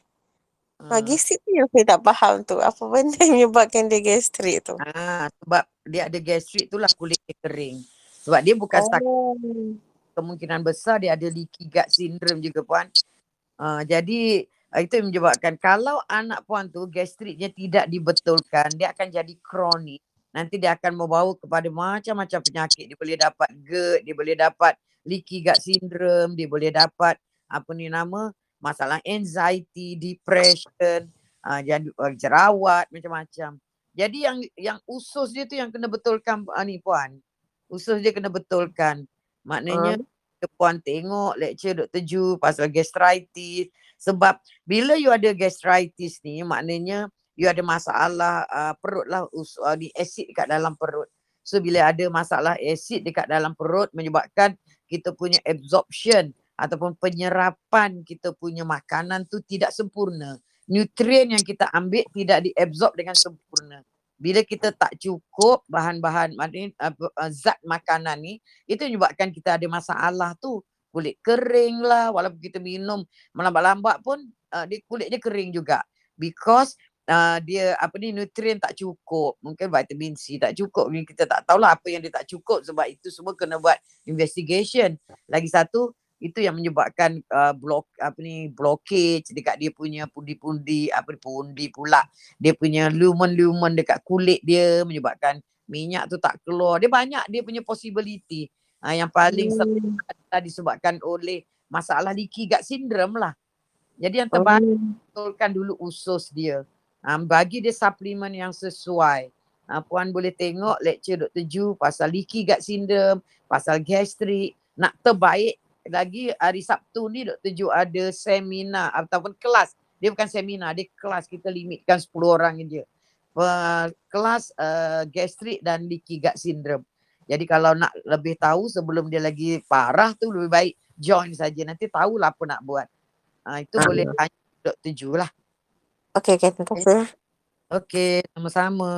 Gastrik tu yang saya tak faham tu. Apa benda yang menyebabkan dia gastrik tu? Sebab dia ada gastrik tu lah kulit dia kering. Sebab dia bukan kemungkinan besar dia ada leaky gut syndrome juga Puan. Jadi itu yang menyebabkan kalau anak Puan tu gastriknya tidak dibetulkan, dia akan jadi kronik. Nanti dia akan membawa kepada macam-macam penyakit. Dia boleh dapat GERD, dia boleh dapat leaky gut syndrome, dia boleh dapat masalah anxiety, depression, jerawat, macam-macam. Jadi yang usus dia tu yang kena betulkan ni Puan. Usus dia kena betulkan. Maknanya Puan tengok lecture Dr. Ju pasal gastritis. Sebab bila you ada gastritis ni maknanya you ada masalah perut lah, di asid dekat dalam perut. So bila ada masalah asid dekat dalam perut menyebabkan kita punya absorption ataupun penyerapan kita punya makanan tu tidak sempurna. Nutrien yang kita ambil tidak diabsorb dengan sempurna. Bila kita tak cukup bahan-bahan zat makanan ni, itu menyebabkan kita ada masalah tu. Kulit kering lah, walaupun kita minum melambat-lambat pun kulit dia kering juga. Because dia nutrien tak cukup. Mungkin vitamin C tak cukup. Kita tak tahulah apa yang dia tak cukup sebab itu semua kena buat investigation. Lagi satu, itu yang menyebabkan blockage dekat dia punya pundi-pundi pula. Dia punya lumen-lumen dekat kulit dia menyebabkan minyak tu tak keluar. Dia banyak dia punya possibility. Yang paling disebabkan oleh masalah leaky gut syndrome lah. Jadi yang terbaik betulkan dulu usus dia. Bagi dia suplemen yang sesuai. Puan boleh tengok lecture Dr. Ju pasal leaky gut syndrome, pasal gastrik. Nak terbaik lagi hari Sabtu ni Dr. Ju ada seminar ataupun kelas. Dia bukan seminar, dia kelas, kita limitkan 10 orang je. Kelas gastrik dan leaky gut syndrome. Jadi kalau nak lebih tahu sebelum dia lagi parah tu lebih baik join saja. Nanti tahulah apa nak buat. Itu boleh tanya Dr. Ju lah. Okey, terima kasih. Okey, sama-sama.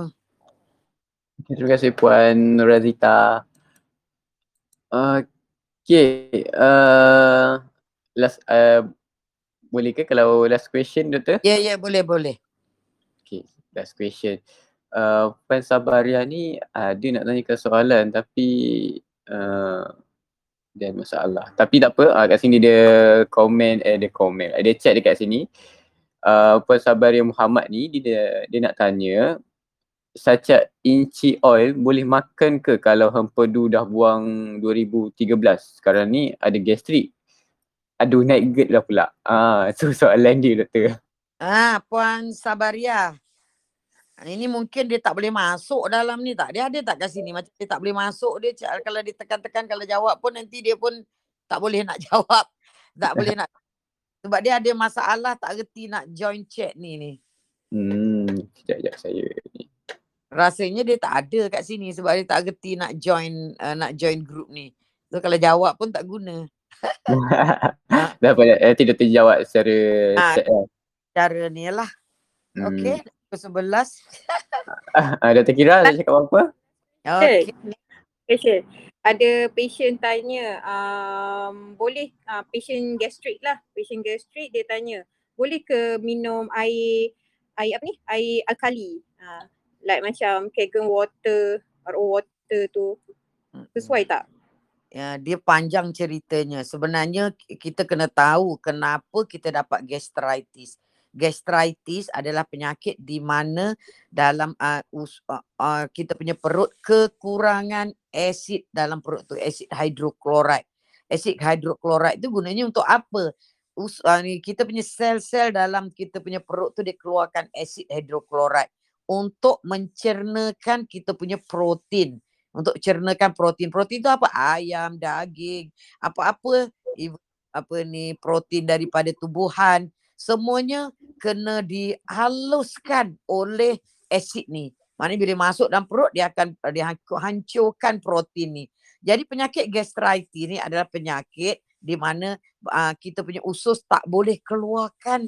Terima kasih Puan Nurazita. Okey, last boleh ke kalau last question Doktor? Ya, boleh. Okey, last question. Puan Sabaria ni dia nak tanyakan soalan tapi dia ada masalah. Tapi tak apa, kat sini dia dia chat dekat sini. Puan Sabaria Muhammad ni dia nak tanya, Sacat inci oil boleh makan ke kalau hempedu dah buang 2013? Sekarang ni ada gastrik. Aduh, naik GERD dah pula. So soalan dia Doktor. Puan Sabaria. Ini mungkin dia tak boleh masuk dalam ni tak? Dia ada tak kat sini? Macam dia tak boleh masuk dia. Kalau dia tekan-tekan kalau jawab pun nanti dia pun tak boleh nak jawab. Tak boleh nak. Sebab dia ada masalah tak reti nak join chat ni. Sekejap saya ni. Rasanya dia tak ada kat sini sebab dia tak reti nak join group ni. So kalau jawab pun tak guna. Dah tidak terjawab secara Ah, chat lah. Cara ni lah. Okey, pukul 11. Dah terkira nak cakap apa? Okey. Patient. Ada patient tanya, boleh patient gastrik lah. Patient gastrik dia tanya, boleh ke minum air apa ni? Air alkali. Like macam Kangen water, RO water tu. Sesuai tak? Ya, dia panjang ceritanya. Sebenarnya kita kena tahu kenapa kita dapat gastritis. Gastritis adalah penyakit di mana dalam kita punya perut kekurangan asid dalam perut tu, asid hidroklorid. Asid hidroklorid tu gunanya untuk apa? Kita punya sel-sel dalam kita punya perut tu dia keluarkan asid hidroklorid untuk mencernakan kita punya protein. Untuk cernakan protein. Protein tu apa? Ayam, daging, apa-apa protein daripada tumbuhan. Semuanya kena dihaluskan oleh asid ni. Maknanya bila masuk dalam perut dia akan hancurkan protein ni. Jadi penyakit gastritis ni adalah penyakit di mana kita punya usus tak boleh keluarkan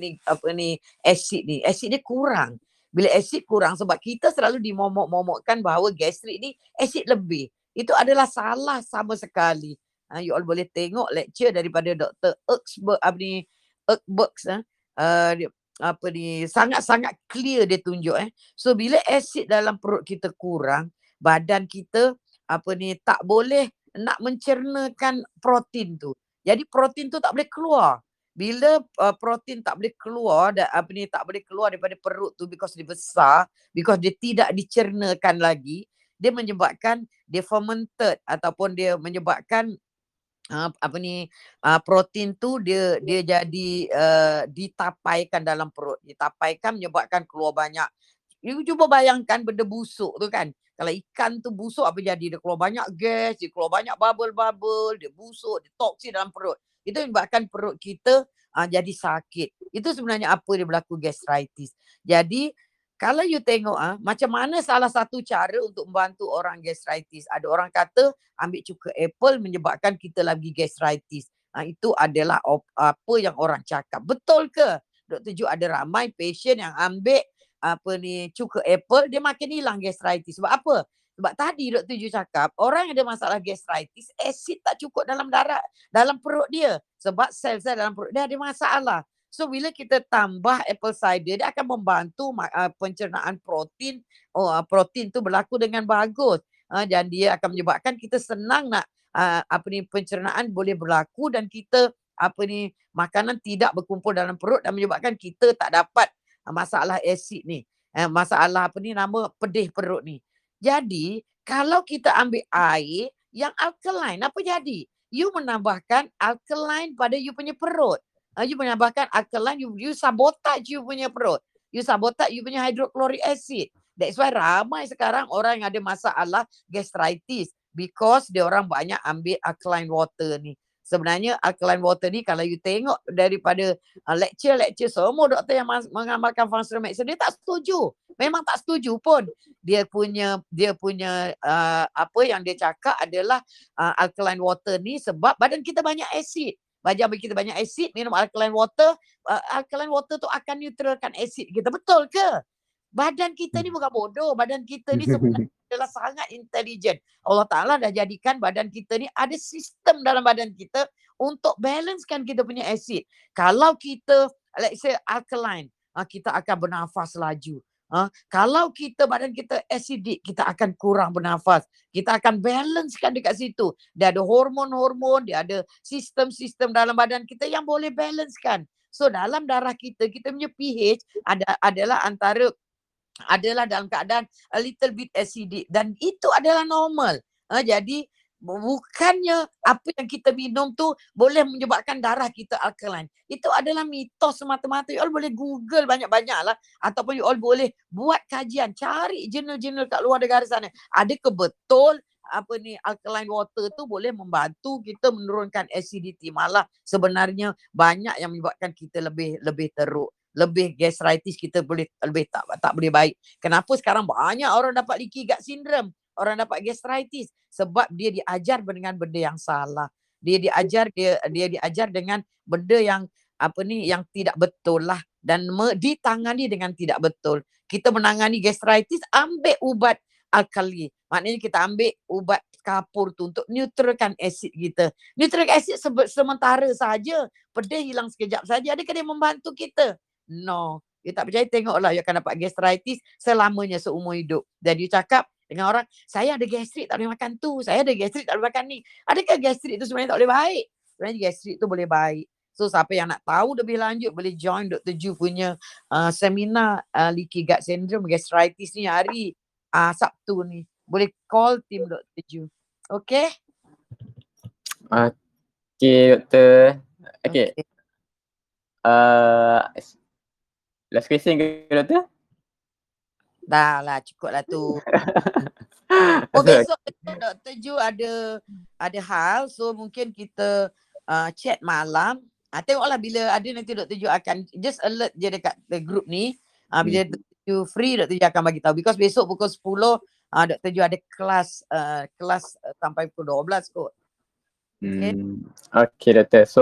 asid ni. Asid dia kurang. Bila asid kurang sebab kita selalu dimomok-momokkan bahawa gastrik ni asid lebih. Itu adalah salah sama sekali. You all boleh tengok lecture daripada Dr. Erkbergs. Sangat-sangat clear dia tunjuk. So bila asid dalam perut kita kurang, badan kita tak boleh nak mencernakan protein tu. Jadi protein tu tak boleh keluar. Bila protein tak boleh keluar tak boleh keluar daripada perut tu because dia besar, because dia tidak dicernakan lagi, dia menyebabkan dia fermented ataupun dia menyebabkan protein tu dia jadi ditapaikan dalam perut. Ditapaikan menyebabkan keluar banyak. You cuba bayangkan benda busuk tu kan. Kalau ikan tu busuk apa jadi? Dia keluar banyak gas, dia keluar banyak bubble-bubble, dia busuk, dia toksin dalam perut. Itu menyebabkan perut kita jadi sakit. Itu sebenarnya apa dia berlaku gastritis. Jadi kalau you tengok macam mana salah satu cara untuk membantu orang gastritis. Ada orang kata ambil cuka apple menyebabkan kita lagi gastritis. Itu adalah apa yang orang cakap. Betul ke? Dr. Ju ada ramai pasien yang ambil cuka apple dia makin hilang gastritis. Sebab apa? Sebab tadi Dr. Ju cakap orang yang ada masalah gastritis asid tak cukup dalam dalam perut dia. Sebab sel-sel dalam perut dia ada masalah. So bila kita tambah apple cider dia akan membantu pencernaan protein. Protein tu berlaku dengan bagus. Dan dia akan menyebabkan kita senang nak pencernaan boleh berlaku dan kita makanan tidak berkumpul dalam perut dan menyebabkan kita tak dapat masalah asid ni. Masalah nama pedih perut ni. Jadi kalau kita ambil air yang alkaline apa jadi? You menambahkan alkaline pada you punya perut. You menambahkan alkaline, you sabotage you punya perut. You sabotage you punya hydrochloric acid. That's why ramai sekarang orang yang ada masalah gastritis because dia orang banyak ambil alkaline water ni. Sebenarnya alkaline water ni kalau you tengok daripada lecture semua doktor yang mengamalkan functional medicine dia tak setuju. Memang tak setuju pun. Dia punya apa yang dia cakap adalah alkaline water ni sebab badan kita banyak asid. Badan kita banyak asid, minum alkaline water tu akan neutralkan asid kita. Betul ke? Badan kita ni bukan bodoh. Badan kita ni sebenarnya adalah sangat intelijen. Allah Ta'ala dah jadikan badan kita ni ada sistem dalam badan kita untuk balancekan kita punya asid. Kalau kita, let's say alkaline, kita akan bernafas laju. Kalau badan kita acidic, kita akan kurang bernafas. Kita akan balancekan dekat situ. Dia ada hormon-hormon, dia ada sistem-sistem dalam badan kita yang boleh balancekan. So dalam darah kita punya pH adalah dalam keadaan a little bit acidic dan itu adalah normal. Jadi bukannya apa yang kita minum tu boleh menyebabkan darah kita alkaline. Itu adalah mitos semata-mata. You all boleh Google banyak-banyak lah. Ataupun you all boleh buat kajian. Cari jurnal-jurnal kat luar negara sana. Adakah betul alkaline water tu boleh membantu kita menurunkan acidity. Malah sebenarnya banyak yang menyebabkan kita lebih teruk. lebih gastritis kita boleh lebih tak boleh baik. Kenapa sekarang banyak orang dapat leaky gut syndrome, orang dapat gastritis sebab dia diajar dengan benda yang salah. Dia diajar dengan benda yang yang tidak betul lah dan ditangani dengan tidak betul. Kita menangani gastritis ambil ubat alkali. Maknanya kita ambil ubat kapur tu untuk neutralkan asid kita. Neutralkan asid sementara saja. Pedih hilang sekejap saja. Adakah dia membantu kita? No. You tak percaya, tengoklah you akan dapat gastritis selamanya seumur hidup. Dan you cakap dengan orang, saya ada gastrik tak boleh makan tu. Saya ada gastrik tak boleh makan ni. Adakah gastrik tu sebenarnya tak boleh baik? Sebenarnya gastrik tu boleh baik. So siapa yang nak tahu lebih lanjut boleh join Dr. Ju punya seminar leaky gut syndrome gastritis ni hari Sabtu ni. Boleh call tim Dr. Ju. Okay? Okay, doktor. Okay. Last question ke doktor? Dah lah, cukup lah tu. Besok Dr. Ju ada hal, so mungkin kita chat malam. Tengoklah bila ada nanti Dr. Ju akan just alert je dekat the group ni. Bila Dr. Ju free, Dr. Ju akan bagi tahu. Because besok pukul 10 Dr. Ju ada kelas sampai pukul 12 kot. Okay. Okay doktor. So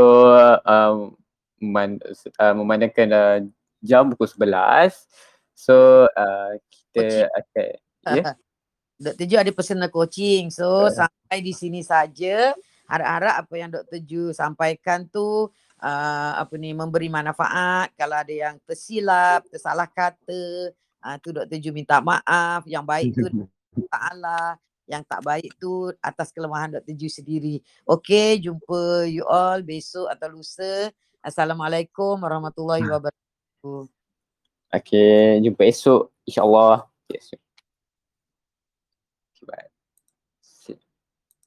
memandangkan jam pukul 11. So kita akan Dr. Ju ada personal coaching. So sampai di sini saja. Harap-harap apa yang Dr. Ju sampaikan tu memberi manfaat. Kalau ada yang tersilap, tersalah kata, tu Dr. Ju minta maaf. Yang baik tu Ta'ala, yang tak baik tu atas kelemahan Dr. Ju sendiri. Okay, jumpa you all besok atau lusa. Assalamualaikum warahmatullahi wabarakatuh. Okay, jumpa esok insya-Allah. Yes.